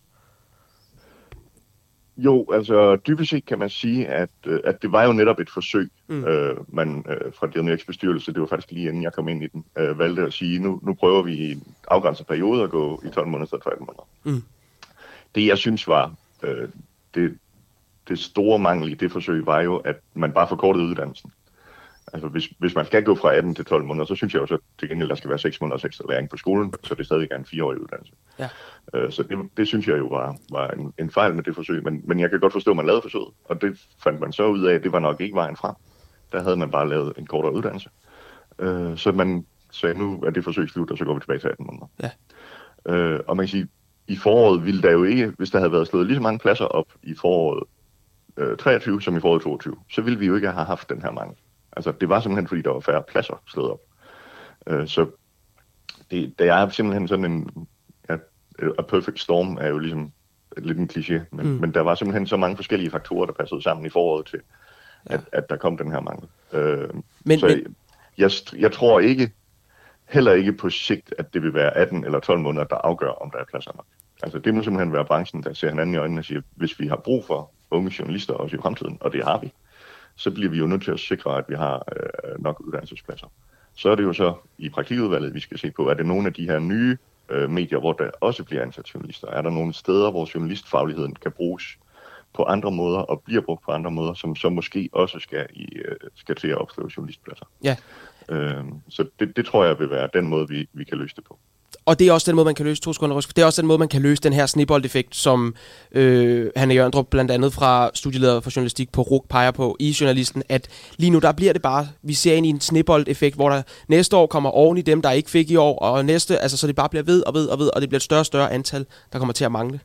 Jo, altså dybest set kan man sige, at, at det var jo netop et forsøg. Mm. Øh, man øh, fra D M J X bestyrelse, det var faktisk lige inden jeg kom ind i den, øh, valgte at sige, nu, nu prøver vi i en afgrænset periode at gå i tolv måneder stedet for atten måneder. Mm. Det jeg synes var øh, det, det store mangel i det forsøg, var jo, at man bare forkortede uddannelsen. Altså hvis, hvis man skal gå fra atten til tolv måneder, så synes jeg også, at til gengæld der skal være seks måneders ekstra læring på skolen, så det stadig er en fireårig uddannelse. Ja. Øh, så det, det synes jeg jo var, var en, en fejl med det forsøg, men, men jeg kan godt forstå, at man lavede forsøget, og det fandt man så ud af, at det var nok ikke vejen frem. Der havde man bare lavet en kortere uddannelse. Øh, så man sagde, nu er det forsøg slut, og så går vi tilbage til atten måneder. Ja. Øh, og man kan sige, i foråret ville der jo ikke, hvis der havde været slået lige så mange pladser op i foråret øh, treogtyve som i foråret toogtyve, så ville vi jo ikke have haft den her mangel. Altså, det var simpelthen, fordi der var færre pladser slået op. Øh, så det, det er simpelthen sådan en... Ja, a perfect storm er jo ligesom lidt en kliché, men, mm. men der var simpelthen så mange forskellige faktorer, der passede sammen i foråret til, ja. at, at der kom den her mangel. Øh, men, så men... Jeg, jeg tror ikke, heller ikke på sigt, at det vil være atten eller tolv måneder, der afgør, om der er pladser nok. Altså, det må simpelthen være branchen, der ser hinanden i øjnene og siger, hvis vi har brug for unge journalister også i fremtiden, og det har vi, så bliver vi jo nødt til at sikre, at vi har øh, nok uddannelsespladser. Så er det jo så i praktikudvalget, vi skal se på, er det nogle af de her nye øh, medier, hvor der også bliver ansat journalister? Er der nogle steder, hvor journalistfagligheden kan bruges på andre måder, og bliver brugt på andre måder, som så måske også skal, i, øh, skal til at opstå journalistpladser? Ja. Øh, så det, det tror jeg vil være den måde, vi, vi kan løse det på. Og det er også den måde, man kan løse to sekunder, det er også den måde, man kan løse den her sneboldeffekt, som øh, Hanne Jørndrup blandt andet fra studieleder for journalistik på R U C peger på i Journalisten, at lige nu der bliver det bare, vi ser ind i en sneboldeffekt, hvor der næste år kommer oven i dem, der ikke fik i år, og næste, altså så det bare bliver ved og ved og ved, og det bliver et større og større antal, der kommer til at mangle.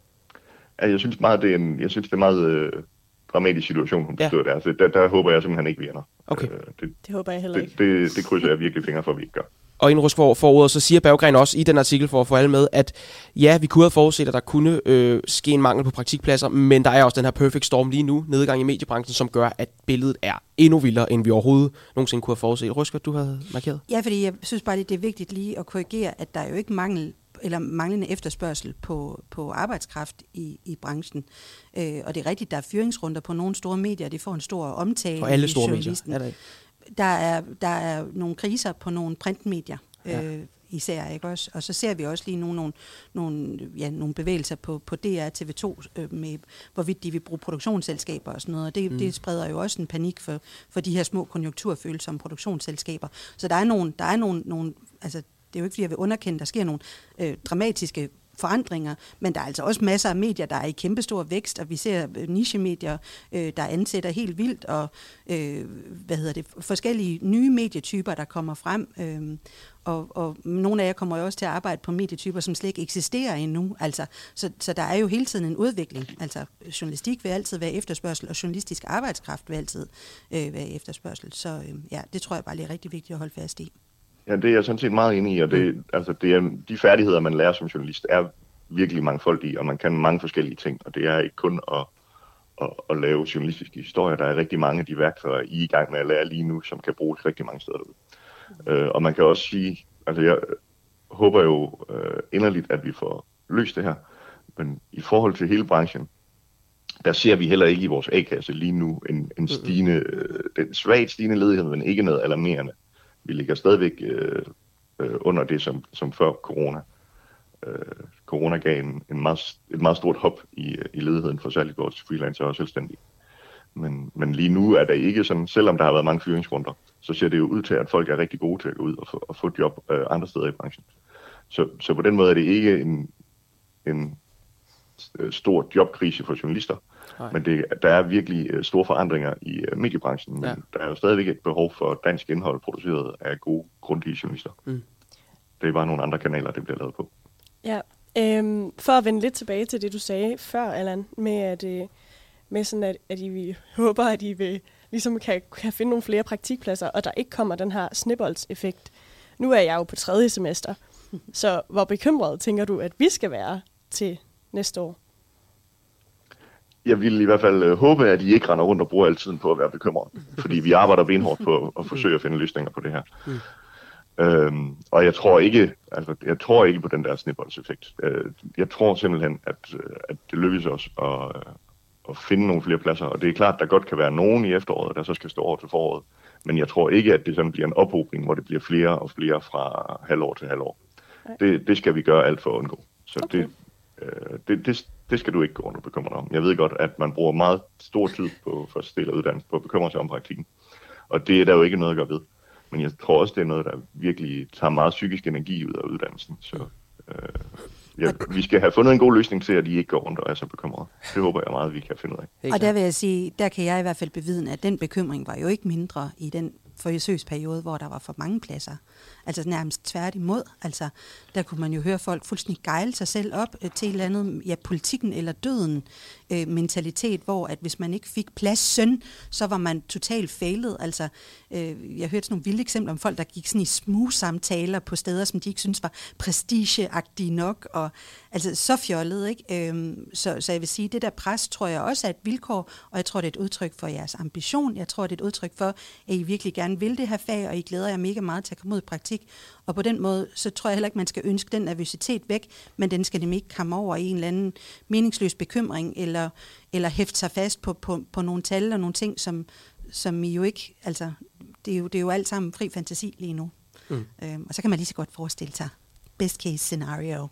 Ja, jeg synes meget, det er en, jeg synes, det er meget øh, dramatisk situation, hun beskriver ja. der. Altså, der. Der håber jeg simpelthen ikke, vi ender. Okay. Øh, det, det håber jeg heller det, ikke. Det, det, det krydser jeg virkelig fingre for, at vi ikke gør. Og inden Rusk for, for ordet, så siger Berggren også i den artikel for at få alle med, at ja, vi kunne have forudset, at der kunne øh, ske en mangel på praktikpladser, men der er også den her perfect storm lige nu, nedgang i mediebranchen, som gør, at billedet er endnu vildere, end vi overhovedet nogensinde kunne have forudset. Rusk, hvad du havde markeret? Ja, fordi jeg synes bare, det er vigtigt lige at korrigere, at der er jo ikke mangel eller manglende efterspørgsel på, på arbejdskraft i, i branchen. Øh, og det er rigtigt, der er fyringsrunder på nogle store medier, det får en stor omtale. Og alle store medier, er det? Der er, der er nogle kriser på nogle printmedier, ja. øh, især, ikke også? Og så ser vi også lige nu nogle, nogle, ja, nogle bevægelser på, på D R T V to, øh, med hvorvidt de vil bruge produktionsselskaber og sådan noget. Og det, mm. det spreder jo også en panik for, for de her små konjunkturfølsomme produktionsselskaber. Så der er nogle, der er nogle, nogle altså, det er jo ikke, fordi jeg vil underkende, der sker nogle øh, dramatiske forandringer, men der er altså også masser af medier, der er i kæmpestor vækst, og vi ser nichemedier, øh, der ansætter helt vildt, og øh, hvad hedder det, forskellige nye medietyper, der kommer frem, øh, og, og nogle af jer kommer jo også til at arbejde på medietyper, som slet ikke eksisterer endnu, altså, så, så der er jo hele tiden en udvikling, altså journalistik vil altid være efterspørgsel, og journalistisk arbejdskraft vil altid øh, være efterspørgsel, så øh, ja, det tror jeg bare lige er rigtig vigtigt at holde fast i. Ja, det er jeg sådan set meget enig i, og det, altså det er, de færdigheder, man lærer som journalist, er virkelig mangfoldige, og man kan mange forskellige ting, og det er ikke kun at, at, at lave journalistiske historier. Der er rigtig mange af de værktøjer, I er i gang med at lære lige nu, som kan bruges rigtig mange steder derude. Mm. Uh, og man kan også sige, altså jeg håber jo uh, inderligt, at vi får løst det her, men i forhold til hele branchen, der ser vi heller ikke i vores A-kasse lige nu en, en stigende, uh, den svagt stigende ledighed, men ikke noget alarmerende. Vi ligger stadigvæk øh, øh, under det, som, som før corona. Øh, corona gav en, en meget, et meget stort hop i, i ledigheden for særligt vores freelancer og selvstændige. Men, men lige nu er der ikke sådan, selvom der har været mange fyringsrunder, så ser det jo ud til, at folk er rigtig gode til at gå ud og få, og få et job øh, andre steder i branchen. Så, så på den måde er det ikke en, en stor jobkrise for journalister, Nej. men det, der er virkelig uh, store forandringer i uh, mediebranchen, men ja. der er jo stadigvæk et behov for dansk indhold produceret af gode, grundige journalister. Mm. Det er bare nogle andre kanaler, det bliver lavet på. Ja, øhm, for at vende lidt tilbage til det, du sagde før, Allan, med at, øh, med sådan at, at I vil, håber, at I vil, ligesom kan, kan finde nogle flere praktikpladser, og der ikke kommer den her snibboldseffekt. Nu er jeg jo på tredje semester, så hvor bekymret tænker du, at vi skal være til næste år? Jeg vil i hvert fald øh, håbe, at I ikke render rundt og bruger al tiden på at være bekymret, fordi vi arbejder benhårdt på at forsøge at finde løsninger på det her. Mm. Øhm, og jeg tror ikke, altså jeg tror ikke på den der snibboldseffekt. Øh, jeg tror simpelthen, at, at det lykkes os at, at finde nogle flere pladser, og det er klart, at der godt kan være nogen i efteråret, der så skal stå over til foråret, men jeg tror ikke, at det sådan bliver en ophobning, hvor det bliver flere og flere fra halvår til halvår. Det, det skal vi gøre alt for at undgå. Så okay. det, øh, det, det, det skal du ikke gå rundt og bekymre dig om. Jeg ved godt, at man bruger meget stor tid på første del af uddannelsen på at bekymre sig om praktikken. Og det er der jo ikke noget at gøre ved. Men jeg tror også, det er noget, der virkelig tager meget psykisk energi ud af uddannelsen. Så øh, ja, vi skal have fundet en god løsning til, at de ikke går rundt og er så bekymrede. Det håber jeg meget, vi kan finde ud af. Og der vil jeg sige, der kan jeg i hvert fald bevidne, at den bekymring var jo ikke mindre i den forsøgsperiode, hvor der var for mange pladser. Altså nærmest tværtimod. Altså, der kunne man jo høre folk fuldstændig gejle sig selv op øh, til et eller andet, ja, politikken eller døden øh, mentalitet, hvor at hvis man ikke fik plads søn, så var man totalt failet. Altså, øh, jeg hørte sådan nogle vilde eksempler om folk, der gik sådan i smug-samtaler på steder, som de ikke synes var prestigeagtige nok, og altså så fjollet, ikke? Øhm, så, så jeg vil sige, det der pres, tror jeg også er et vilkår, og jeg tror, det er et udtryk for jeres ambition. Jeg tror, det er et udtryk for, at I virkelig gerne vil det her fag, og I glæder jer mega meget til at komme ud i praktik. Og på den måde, så tror jeg heller ikke, man skal ønske den nervøsitet væk, men den skal nemlig ikke komme over i en eller anden meningsløs bekymring, eller, eller hæfte sig fast på, på, på nogle tal og nogle ting, som, som I jo ikke, altså, det er jo, det er jo alt sammen fri fantasi lige nu. Mm. Øhm, og så kan man lige så godt forestille sig best case scenario.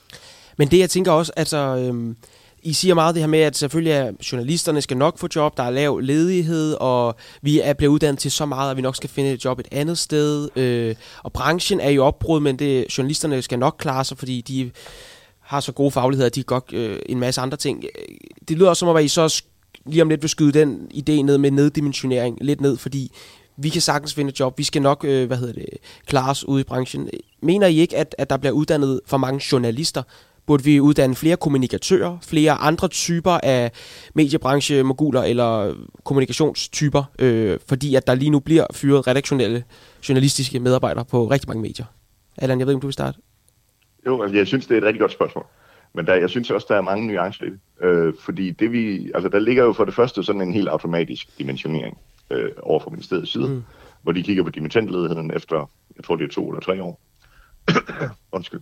Men det, jeg tænker også, altså, øhm, I siger meget det her med, at selvfølgelig er journalisterne skal nok få job, der er lav ledighed, og vi er blevet uddannet til så meget, at vi nok skal finde et job et andet sted. Øh, og branchen er jo opbrud, men det, journalisterne skal nok klare sig, fordi de har så gode fagligheder, at de godt øh, en masse andre ting. Det lyder også som om, at I så lige om lidt vil skyde den idé ned med neddimensionering lidt ned, fordi vi kan sagtens finde et job, vi skal nok, øh, hvad hedder det, klare os ude i branchen. Mener I ikke, at, at der bliver uddannet for mange journalister? Burde vi uddanne flere kommunikatører, flere andre typer af mediebranchemoguler eller kommunikationstyper, øh, fordi at der lige nu bliver fyret redaktionelle journalistiske medarbejdere på rigtig mange medier? Allan, jeg ved ikke, om du vil starte? Jo, altså jeg synes, det er et rigtig godt spørgsmål. Men der, jeg synes også, der er mange nuancer i det. Øh, fordi det vi, altså der ligger jo for det første sådan en helt automatisk dimensionering øh, over for ministeriets side, mm. hvor de kigger på dimittentledigheden efter, jeg tror det er to eller tre år. Undskyld.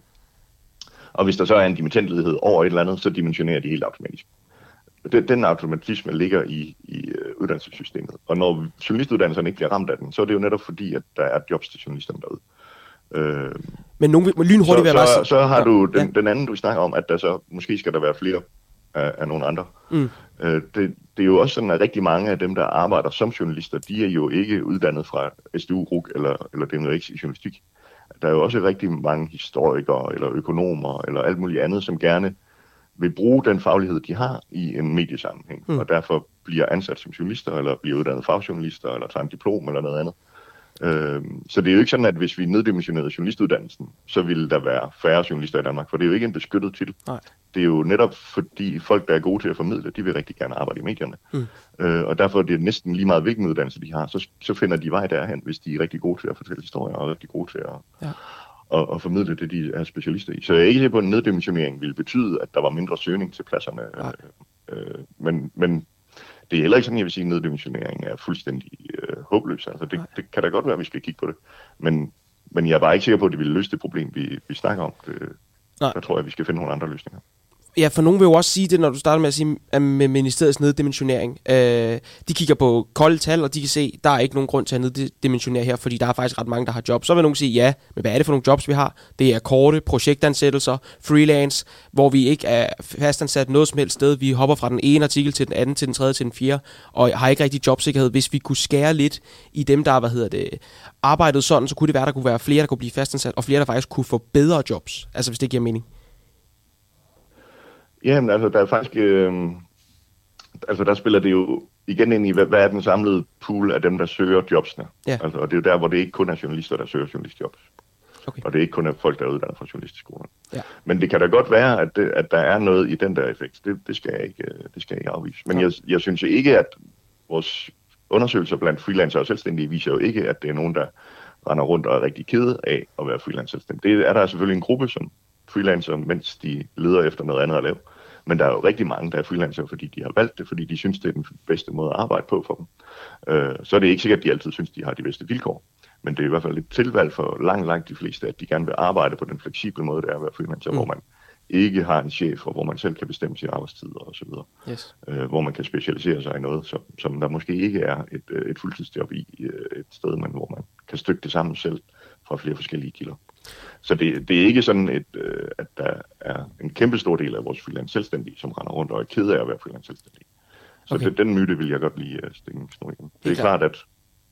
Og hvis der så er en dimittentledighed over et eller andet, så dimensionerer de helt automatisk. Den automatisme ligger i, i uddannelsessystemet. Og når journalistuddannelserne ikke bliver ramt af den, så er det jo netop fordi, at der er jobs til journalisterne derude. Øh, Men nogen lynhurtigt vil så, være så, bare... så har du den, ja. den anden, du snakker om, at der så måske skal der være flere af, af nogle andre. Mm. Øh, det, det er jo også sådan, at rigtig mange af dem, der arbejder som journalister, de er jo ikke uddannet fra S D U, R U C eller, eller D M X i journalistik. Der er jo også rigtig mange historikere eller økonomer eller alt muligt andet, som gerne vil bruge den faglighed, de har i en mediesammenhæng, mm. og derfor bliver ansat som journalister, eller bliver uddannet fagjournalister, eller tager en diplom eller noget andet. Øhm, så det er jo ikke sådan, at hvis vi neddimensionerede journalistuddannelsen, så ville der være færre journalister i Danmark, for det er jo ikke en beskyttet titel. Nej. Det er jo netop fordi folk, der er gode til at formidle, de vil rigtig gerne arbejde i medierne. Mm. Øh, og derfor er det næsten lige meget, hvilken uddannelse de har, så, så finder de vej derhen, hvis de er rigtig gode til at fortælle historier, og rigtig gode til at, ja. at, at formidle det, de er specialister i. Så jeg er ikke sikker på, at en neddimensionering ville betyde, at der var mindre søgning til pladserne. Øh, øh, men, men det er heller ikke sådan, jeg vil sige, at neddimensionering er fuldstændig øh, håbløs. Altså, det, det kan da godt være, at vi skal kigge på det. Men, men jeg er bare ikke sikker på, at det vil løse det problem, vi, vi snakker om. Det, der tror jeg, at vi skal finde nogle andre løsninger. Ja, for nogen vil jo også sige det, når du starter med at sige at med ministeriets neddimensionering. Øh, de kigger på kolde tal, og de kan se, at der er ikke nogen grund til at neddimensionere her, fordi der er faktisk ret mange, der har job. Så vil nogen sige, ja, men hvad er det for nogle jobs, vi har? Det er korte projektansættelser, freelance, hvor vi ikke er fastansat noget som helst sted. Vi hopper fra den ene artikel til den anden, til den tredje, til den fjerde, og har ikke rigtig jobsikkerhed. Hvis vi kunne skære lidt i dem, der hvad hedder det, arbejdet sådan, så kunne det være, der kunne være flere, der kunne blive fastansat, og flere, der faktisk kunne få bedre jobs. Altså, hvis det giver mening. Jamen, altså, der er faktisk... Øh, altså, der spiller det jo igen ind i, hvad, hvad er den samlede pool af dem, der søger jobsene. Ja. Altså, og det er jo der, hvor det ikke kun er journalister, der søger journalistjobs. Okay. Og det er ikke kun er folk, der er uddannet fra journalistskolerne. Ja. Men det kan da godt være, at, det, at der er noget i den der effekt. Det, det, skal, jeg ikke, det skal jeg ikke afvise. Men ja. jeg, jeg synes ikke, at vores undersøgelser blandt freelancer og selvstændige viser jo ikke, at det er nogen, der render rundt og er rigtig ked af at være freelancer selvstændig. Det er der selvfølgelig en gruppe, som freelancer, mens de leder efter noget andet at lave. Men der er jo rigtig mange, der er freelancer, fordi de har valgt det, fordi de synes, det er den bedste måde at arbejde på for dem. Øh, så er det ikke sikkert, at de altid synes, de har de bedste vilkår. Men det er i hvert fald et tilvalg for langt, langt de fleste, at de gerne vil arbejde på den fleksible måde, det er at være freelancer, mm. hvor man ikke har en chef, og hvor man selv kan bestemme sine arbejdstider osv. Yes. Øh, hvor man kan specialisere sig i noget, som, som der måske ikke er et, et fuldtidsjob i et sted, men hvor man kan stykke det sammen selv fra flere forskellige kilder. Så det, det er ikke sådan, et, øh, at der er en kæmpe stor del af vores freelance selvstændige, som render rundt og er ked af at være freelance selvstændige. Så okay. det, den myte vil jeg godt lige uh, stikke en snor igen. Det er klart, at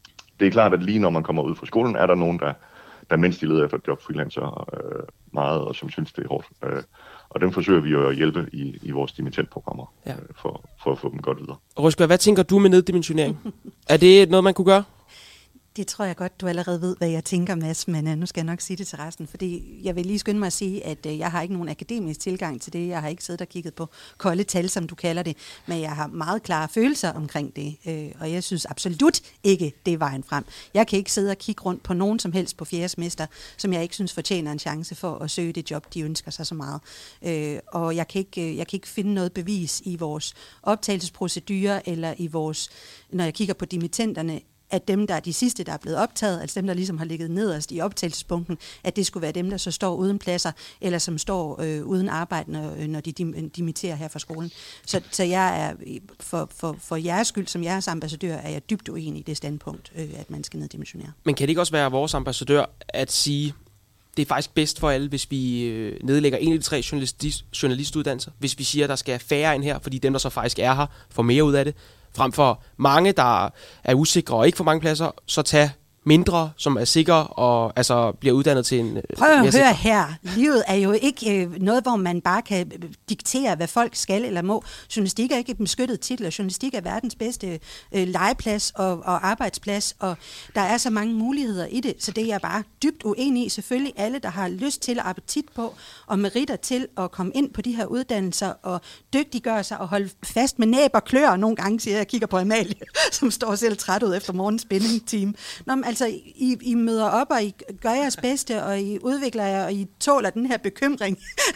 det er klart, at lige når man kommer ud fra skolen, er der nogen, der, der mens de leder efter job freelancer øh, meget, og som synes, det er hårdt. Øh, og dem forsøger vi jo at hjælpe i, i vores dimittentprogrammer, ja. øh, for, for at få dem godt videre. Røsgaard, hvad tænker du med neddimensionering? Er det noget, man kunne gøre? Det tror jeg godt, du allerede ved, hvad jeg tænker, Mads, men uh, nu skal jeg nok sige det til resten, fordi jeg vil lige skynde mig at sige, at uh, jeg har ikke nogen akademisk tilgang til det. Jeg har ikke siddet og kigget på kolde tal, som du kalder det, men jeg har meget klare følelser omkring det, uh, og jeg synes absolut ikke, det er vejen frem. Jeg kan ikke sidde og kigge rundt på nogen som helst på fjerde semester, som jeg ikke synes fortjener en chance for at søge det job, de ønsker sig så meget. Uh, og jeg kan, ikke, jeg kan ikke finde noget bevis i vores optagelsesprocedurer, eller i vores, når jeg kigger på dimittenterne, at dem, der er de sidste, der er blevet optaget, altså dem, der ligesom har ligget nederst i optagelsespunkten, at det skulle være dem, der så står uden pladser, eller som står øh, uden arbejde, når, når de dim- dimitterer her fra skolen. Så, så jeg er, for, for, for jeres skyld, som jeres ambassadør, er jeg dybt uenig i det standpunkt, øh, at man skal neddimensionere. Men kan det ikke også være vores ambassadør at sige, det er faktisk bedst for alle, hvis vi øh, nedlægger en af de tre journalist- journalistuddannelser, hvis vi siger, at der skal færre ind her, fordi dem, der så faktisk er her, får mere ud af det, frem for mange, der er usikre og ikke får mange pladser, så tag mindre, som er sikre og altså bliver uddannet til en... Prøv at høre her. Livet er jo ikke øh, noget, hvor man bare kan diktere, hvad folk skal eller må. Journalistik er ikke en beskyttet titel, og journalistik er verdens bedste øh, legeplads og, og arbejdsplads, og der er så mange muligheder i det, så det er jeg bare dybt uenig i. Selvfølgelig alle, der har lyst til og appetit på og meritter til at komme ind på de her uddannelser og dygtiggøre sig og holde fast med næb og klør. Nogle gange siger jeg, jeg kigger på Amalie, som står selv træt ud efter morgens spænding-team. Nå, men altså, I, I møder op, og I gør jeres bedste, og I udvikler jer, og I tåler den her bekymring.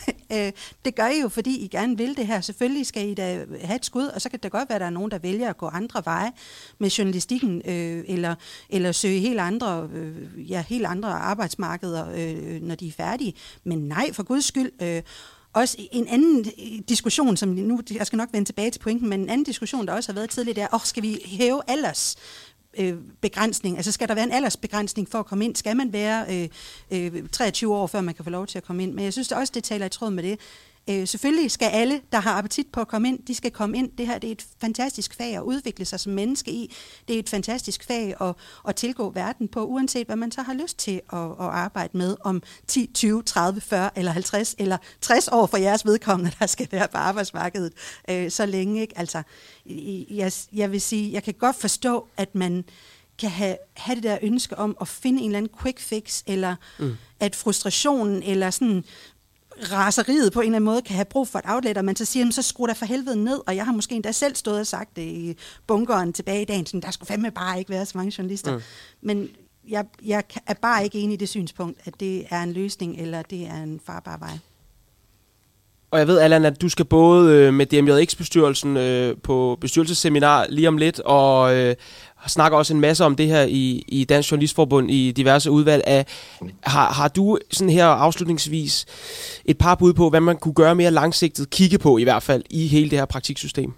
Det gør I jo, fordi I gerne vil det her. Selvfølgelig skal I da have et skud, og så kan det godt være, at der er nogen, der vælger at gå andre veje med journalistikken, øh, eller, eller søge helt andre, øh, ja, helt andre arbejdsmarkeder, øh, når de er færdige. Men nej, for Guds skyld. Øh, Også en anden diskussion, som nu, jeg skal nok vende tilbage til pointen, men en anden diskussion, der også har været tidligere, det er, åh, skal vi hæve alders begrænsning? Altså skal der være en aldersbegrænsning for at komme ind? Skal man være øh, øh, treogtyve år, før man kan få lov til at komme ind? Men jeg synes også, det taler i tråd med det. Øh, selvfølgelig skal alle, der har appetit på at komme ind, de skal komme ind. Det her det er et fantastisk fag at udvikle sig som menneske i. Det er et fantastisk fag at, at tilgå verden på, uanset hvad man så har lyst til at, at arbejde med om ti, tyve, tredive, fyrre eller halvtreds eller tres år for jeres vedkommende, der skal være på arbejdsmarkedet øh, så længe. Ikke? Altså, jeg, jeg vil sige, jeg kan godt forstå, at man kan have, have det der ønske om at finde en eller anden quick fix, eller mm. at frustrationen, eller sådan raseriet på en eller anden måde kan have brug for et outlet, og man så siger, så skru der for helvede ned, og jeg har måske endda selv stået og sagt det i bunkeren tilbage i dagen, sådan, der skulle fandme bare ikke være så mange journalister. Mm. Men jeg, jeg er bare ikke enig i det synspunkt, at det er en løsning, eller det er en farbar vej. Og jeg ved, Allan, at du skal både øh, med D M J X-bestyrelsen øh, på bestyrelsesseminar lige om lidt, og øh, snakker også en masse om det her i, i Dansk Journalistforbund i diverse udvalg. Af, har, har du sådan her afslutningsvis et par bud på, hvad man kunne gøre mere langsigtet, kigge på i hvert fald, i hele det her praktiksystem?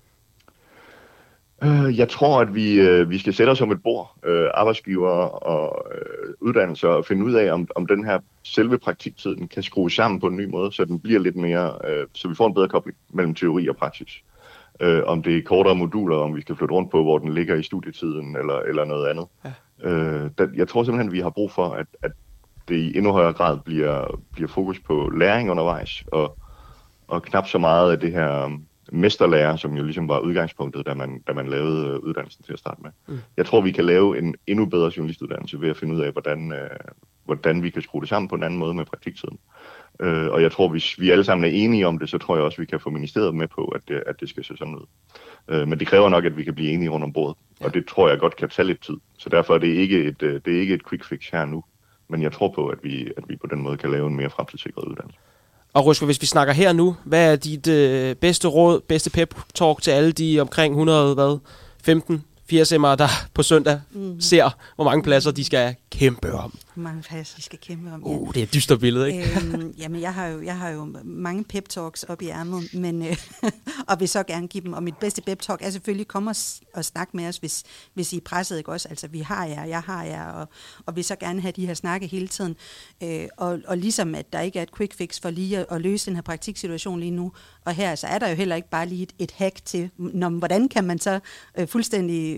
Jeg tror, at vi, vi skal sætte os om et bord, arbejdsgiver og uddannelser, og finde ud af, om, om den her selve praktiktiden kan skrues sammen på en ny måde, så den bliver lidt mere, så vi får en bedre kobling mellem teori og praksis. Om det er kortere moduler, om vi skal flytte rundt på, hvor den ligger i studietiden, eller, eller noget andet. Ja. Jeg tror simpelthen, at vi har brug for, at, at det i endnu højere grad bliver, bliver fokus på læring undervejs, og, og knap så meget af det her mesterlærer, som jo ligesom var udgangspunktet, da man, da man lavede uddannelsen til at starte med. Mm. Jeg tror, vi kan lave en endnu bedre journalistuddannelse ved at finde ud af, hvordan, øh, hvordan vi kan skrue det sammen på en anden måde med praktiktiden. Øh, og jeg tror, hvis vi alle sammen er enige om det, så tror jeg også, vi kan få ministeriet med på, at det, at det skal se sådan ud. Øh, men det kræver nok, at vi kan blive enige rundt om bordet. Ja. Og det tror jeg godt kan tage lidt tid. Så derfor er det ikke et, det er ikke et quick fix her nu. Men jeg tror på, at vi, at vi på den måde kan lave en mere fremtidssikret uddannelse. Og Røsgaard, hvis vi snakker her nu, hvad er dit øh, bedste råd, bedste pep-talk til alle de omkring hundrede, hvad, femten, firs emmere, der på søndag mm. ser, hvor mange pladser de skal kæmpe om? Hvor mange pladser de skal kæmpe om, ja. Uh, det er et dystert billede, ikke? øhm, jamen, jeg har, jo, jeg har jo mange pep-talks op i ærmet, men, øh, og vil så gerne give dem. Og mit bedste pep-talk er selvfølgelig, kom og, og snak med os, hvis, hvis I er presset, ikke også? Altså, vi har jer, jeg har jer, og, og vil så gerne have de her snakke hele tiden. Øh, og, og ligesom, at der ikke er et quick fix for lige at, at løse den her praktiksituation lige nu, og her så er der jo heller ikke bare lige et, et hack til, når, hvordan kan man så øh, fuldstændig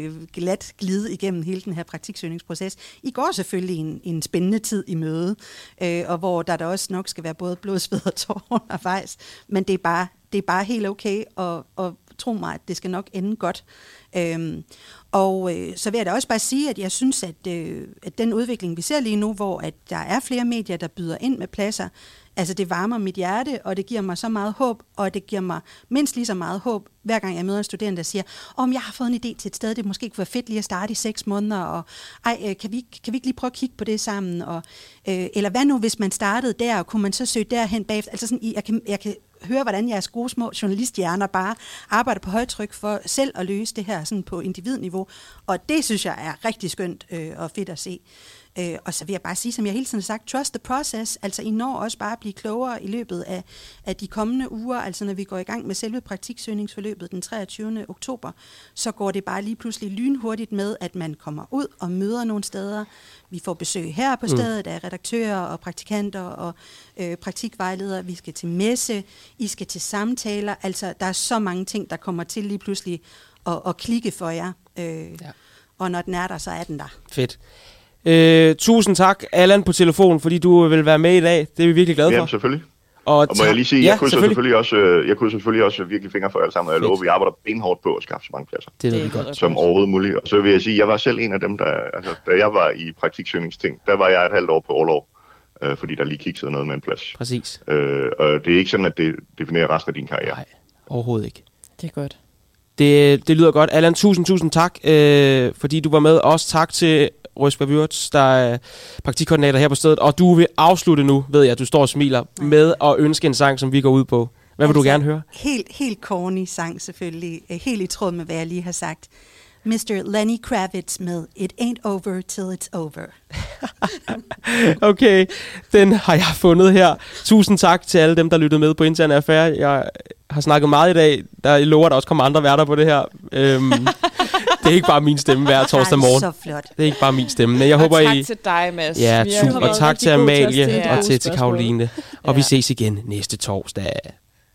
øh, glat glide igennem hele den her praktiksøgningsproces. I går selvfølgelig en, en spændende tid i møde, øh, og hvor der, der også nok skal være både blod, sved og tår undervejs, men det er bare, det er bare helt okay, og, og tro mig, at det skal nok ende godt. Øhm, og øh, så vil jeg da også bare sige, at jeg synes, at, øh, at den udvikling, vi ser lige nu, hvor at der er flere medier, der byder ind med pladser, altså det varmer mit hjerte, og det giver mig så meget håb, og det giver mig mindst lige så meget håb, hver gang jeg møder en studerende, der siger, om jeg har fået en idé til et sted, det måske kunne være fedt lige at starte i seks måneder, og ej, kan vi, kan vi ikke lige prøve at kigge på det sammen, og, øh, eller hvad nu, hvis man startede der, og kunne man så søge derhen bagefter, altså sådan, jeg kan, jeg kan høre, hvordan jeres gode små journalisthjerner bare arbejder på højtryk for selv at løse det her sådan på individniveau, og det synes jeg er rigtig skønt øh, og fedt at se. Øh, og så vil jeg bare sige, som jeg hele tiden har sagt, trust the process, altså I når også bare at blive klogere i løbet af, af de kommende uger, altså når vi går i gang med selve praktiksøgningsforløbet den treogtyvende oktober, så går det bare lige pludselig lynhurtigt med, at man kommer ud og møder nogle steder. Vi får besøg her på stedet af redaktører og praktikanter og øh, praktikvejledere. Vi skal til messe, I skal til samtaler, altså der er så mange ting, der kommer til lige pludselig at, at klikke for jer. Øh, ja. Og når den er der, så er den der. Fedt. Øh, tusind tak, Allan, på telefon, fordi du vil være med i dag. Det er vi virkelig glade for. Jamen, selvfølgelig. Og, og må jeg lige sige, ja, jeg krydser selvfølgelig. selvfølgelig også, øh, jeg krydser selvfølgelig også virkelig fingre for alle sammen, og jeg lover, vi arbejder benhårdt på at skaffe så mange pladser. Det er det godt. Som overhovedet muligt. Og så vil jeg sige, jeg var selv en af dem, der, altså, da jeg var i praktiksøgningsting, der var jeg et halvt år på orlov, øh, fordi der lige kiggede noget med en plads. Præcis. Øh, og det er ikke sådan, at det definerer resten af din karriere. Nej, overhovedet ikke. Det er godt. Det, det lyder godt. Allan, tusind, tusind tak, øh, fordi du var med. Også tak til Røsberg Wirtz, der er praktikkoordinator her på stedet. Og du vil afslutte nu, ved jeg, at du står og smiler, med at ønske en sang, som vi går ud på. Hvad vil altså, du gerne høre? Helt, helt corny sang selvfølgelig. Helt i tråd med, hvad jeg lige har sagt. mister Lenny Kravitz med It Ain't Over Till It's Over. Okay, den har jeg fundet her. Tusind tak til alle dem, der lyttede med på Interne Affære. Jeg har snakket meget i dag. Der lover, der også kommer andre værter på det her. Øhm, det er ikke bare min stemme hver torsdag morgen. Så flot. Det er ikke bare min stemme. Men jeg håber, og tak I... til dig, Mads. Ja, tusind. Og tak til Amalie til og til, til Karoline. Og ja. vi ses igen næste torsdag.